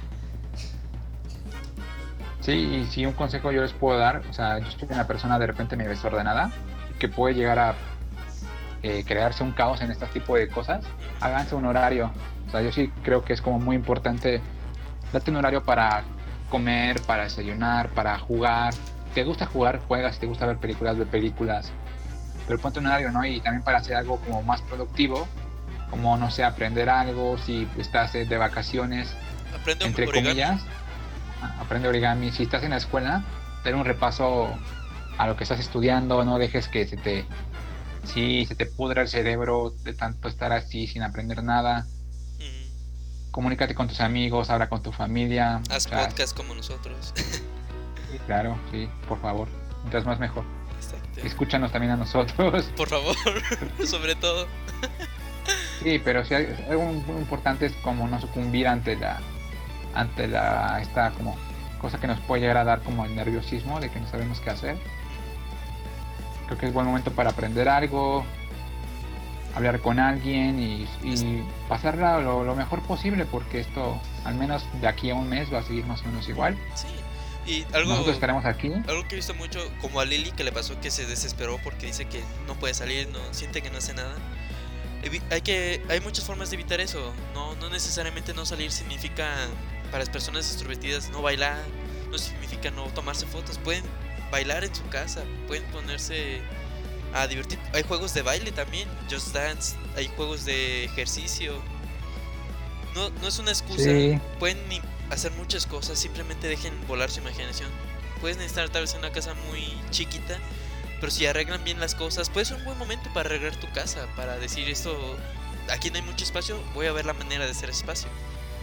[SPEAKER 2] Sí, y si un consejo yo les puedo dar, o sea, yo soy una persona de repente medio desordenada, que puede llegar a eh, crearse un caos en este tipo de cosas, háganse un horario. O sea, yo sí creo que es como muy importante date un horario para comer, para desayunar, para jugar. Si te gusta jugar, juegas. Si te gusta ver películas, ve películas. Pero ponte un horario, ¿no? Y también para hacer algo como más productivo, como, no sé, aprender algo, si estás de vacaciones,
[SPEAKER 1] Aprende
[SPEAKER 2] entre
[SPEAKER 1] origami.
[SPEAKER 2] comillas, aprende origami. Si estás en la escuela, ten un repaso a lo que estás estudiando, no dejes que se te, sí, se te pudra el cerebro de tanto estar así sin aprender nada.
[SPEAKER 1] Mm.
[SPEAKER 2] Comunícate con tus amigos, habla con tu familia.
[SPEAKER 1] Haz
[SPEAKER 2] o sea,
[SPEAKER 1] podcast como nosotros.
[SPEAKER 2] sí, claro, sí, por favor. Mientras más mejor.
[SPEAKER 1] Exacto.
[SPEAKER 2] Escúchanos también a nosotros.
[SPEAKER 1] Por favor, sobre todo.
[SPEAKER 2] Sí, pero sí, algo muy importante es como no sucumbir ante la, ante la, esta como cosa que nos puede llegar a dar como el nerviosismo de que no sabemos qué hacer. Creo que es buen momento para aprender algo, hablar con alguien y, y pasarla lo, lo mejor posible, porque esto, al menos de aquí a un mes, va a seguir más o menos igual.
[SPEAKER 1] Sí. Y algo,
[SPEAKER 2] Nosotros estaremos aquí.
[SPEAKER 1] algo que he visto mucho, como a Lily, que le pasó que se desesperó porque dice que no puede salir, no siente que no hace nada. Evi- Hay que hay muchas formas de evitar eso. No, no necesariamente no salir significa, para las personas extrovertidas, no bailar, no significa no tomarse fotos. Pueden bailar en su casa, pueden ponerse a divertir. Hay juegos de baile también, Just Dance, hay juegos de ejercicio. No, no es una excusa.
[SPEAKER 2] Sí.
[SPEAKER 1] Pueden ni- hacer muchas cosas, simplemente dejen volar su imaginación. Puedes necesitar tal vez una casa muy chiquita, pero si arreglan bien las cosas, puede ser un buen momento para arreglar tu casa, para decir esto, aquí no hay mucho espacio, voy a ver la manera de hacer espacio.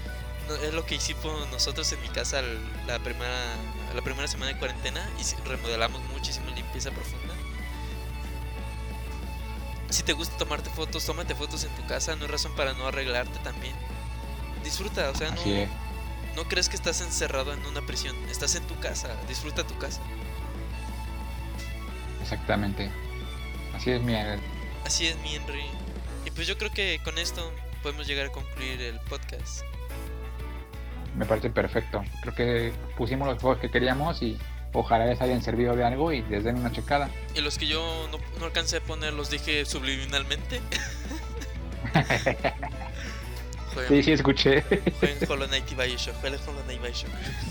[SPEAKER 1] no, es lo que hicimos nosotros en mi casa el- la primera la primera semana de cuarentena y sí, remodelamos muchísimo, limpieza profunda. Si te gusta tomarte fotos, tómate fotos en tu casa, no hay razón para no arreglarte también. Disfruta, o sea, no,
[SPEAKER 2] Así es,
[SPEAKER 1] no crees que estás encerrado en una prisión, estás en tu casa, disfruta tu casa.
[SPEAKER 2] exactamente. Así es, mira.
[SPEAKER 1] Así es, mi Henry. Y pues yo creo que con esto podemos llegar a concluir el podcast.
[SPEAKER 2] Me parece perfecto. Creo que pusimos los juegos que queríamos y ojalá les hayan servido de algo y les den una checada.
[SPEAKER 1] Y los que yo no, no alcancé a poner los dije subliminalmente. Jueguen,
[SPEAKER 2] Sí, sí, escuché.
[SPEAKER 1] jueguen Hollow Knight y Bioshock, jueguen Hollow Knight y Bioshock.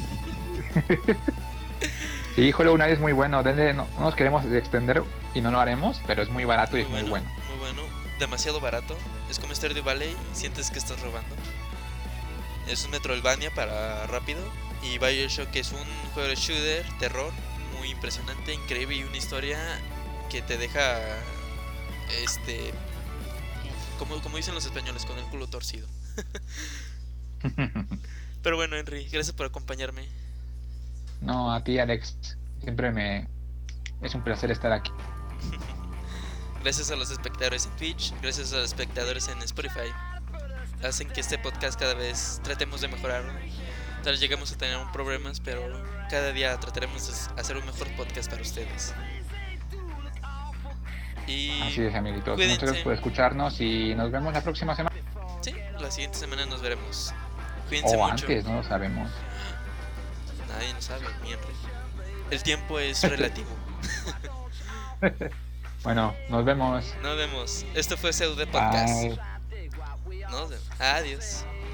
[SPEAKER 2] Sí, Hollow Knight es muy bueno. Denle- no, no nos queremos extender y no lo haremos, pero es muy barato y es muy bueno.
[SPEAKER 1] Muy bueno, demasiado barato. Es como Stardew Valley, sientes que estás robando. Es un Metroidvania para rápido. Y Bioshock es un juego de shooter, terror, muy impresionante, increíble y una historia que te deja, este, como, como dicen los españoles, con el culo torcido. Pero bueno, Henry, gracias por acompañarme.
[SPEAKER 2] No, a ti, Alex. Siempre me... Es un placer estar aquí.
[SPEAKER 1] Gracias a los espectadores en Twitch, gracias a los espectadores en Spotify. Hacen que este podcast cada vez tratemos de mejorarlo. Tal vez lleguemos a tener un problemas, pero cada día trataremos de hacer un mejor podcast para ustedes. Y
[SPEAKER 2] Así es, amiguitos.
[SPEAKER 1] cuídense.
[SPEAKER 2] Muchas gracias por escucharnos y nos vemos la próxima semana.
[SPEAKER 1] Sí, la siguiente semana nos veremos. Cuídense
[SPEAKER 2] O
[SPEAKER 1] mucho.
[SPEAKER 2] antes, no lo sabemos.
[SPEAKER 1] Nadie lo sabe, mi Henry. El tiempo es relativo.
[SPEAKER 2] Bueno, nos vemos.
[SPEAKER 1] Nos vemos. Esto fue Pseudo Podcast.
[SPEAKER 2] Bye.
[SPEAKER 1] Nos vemos. Adiós.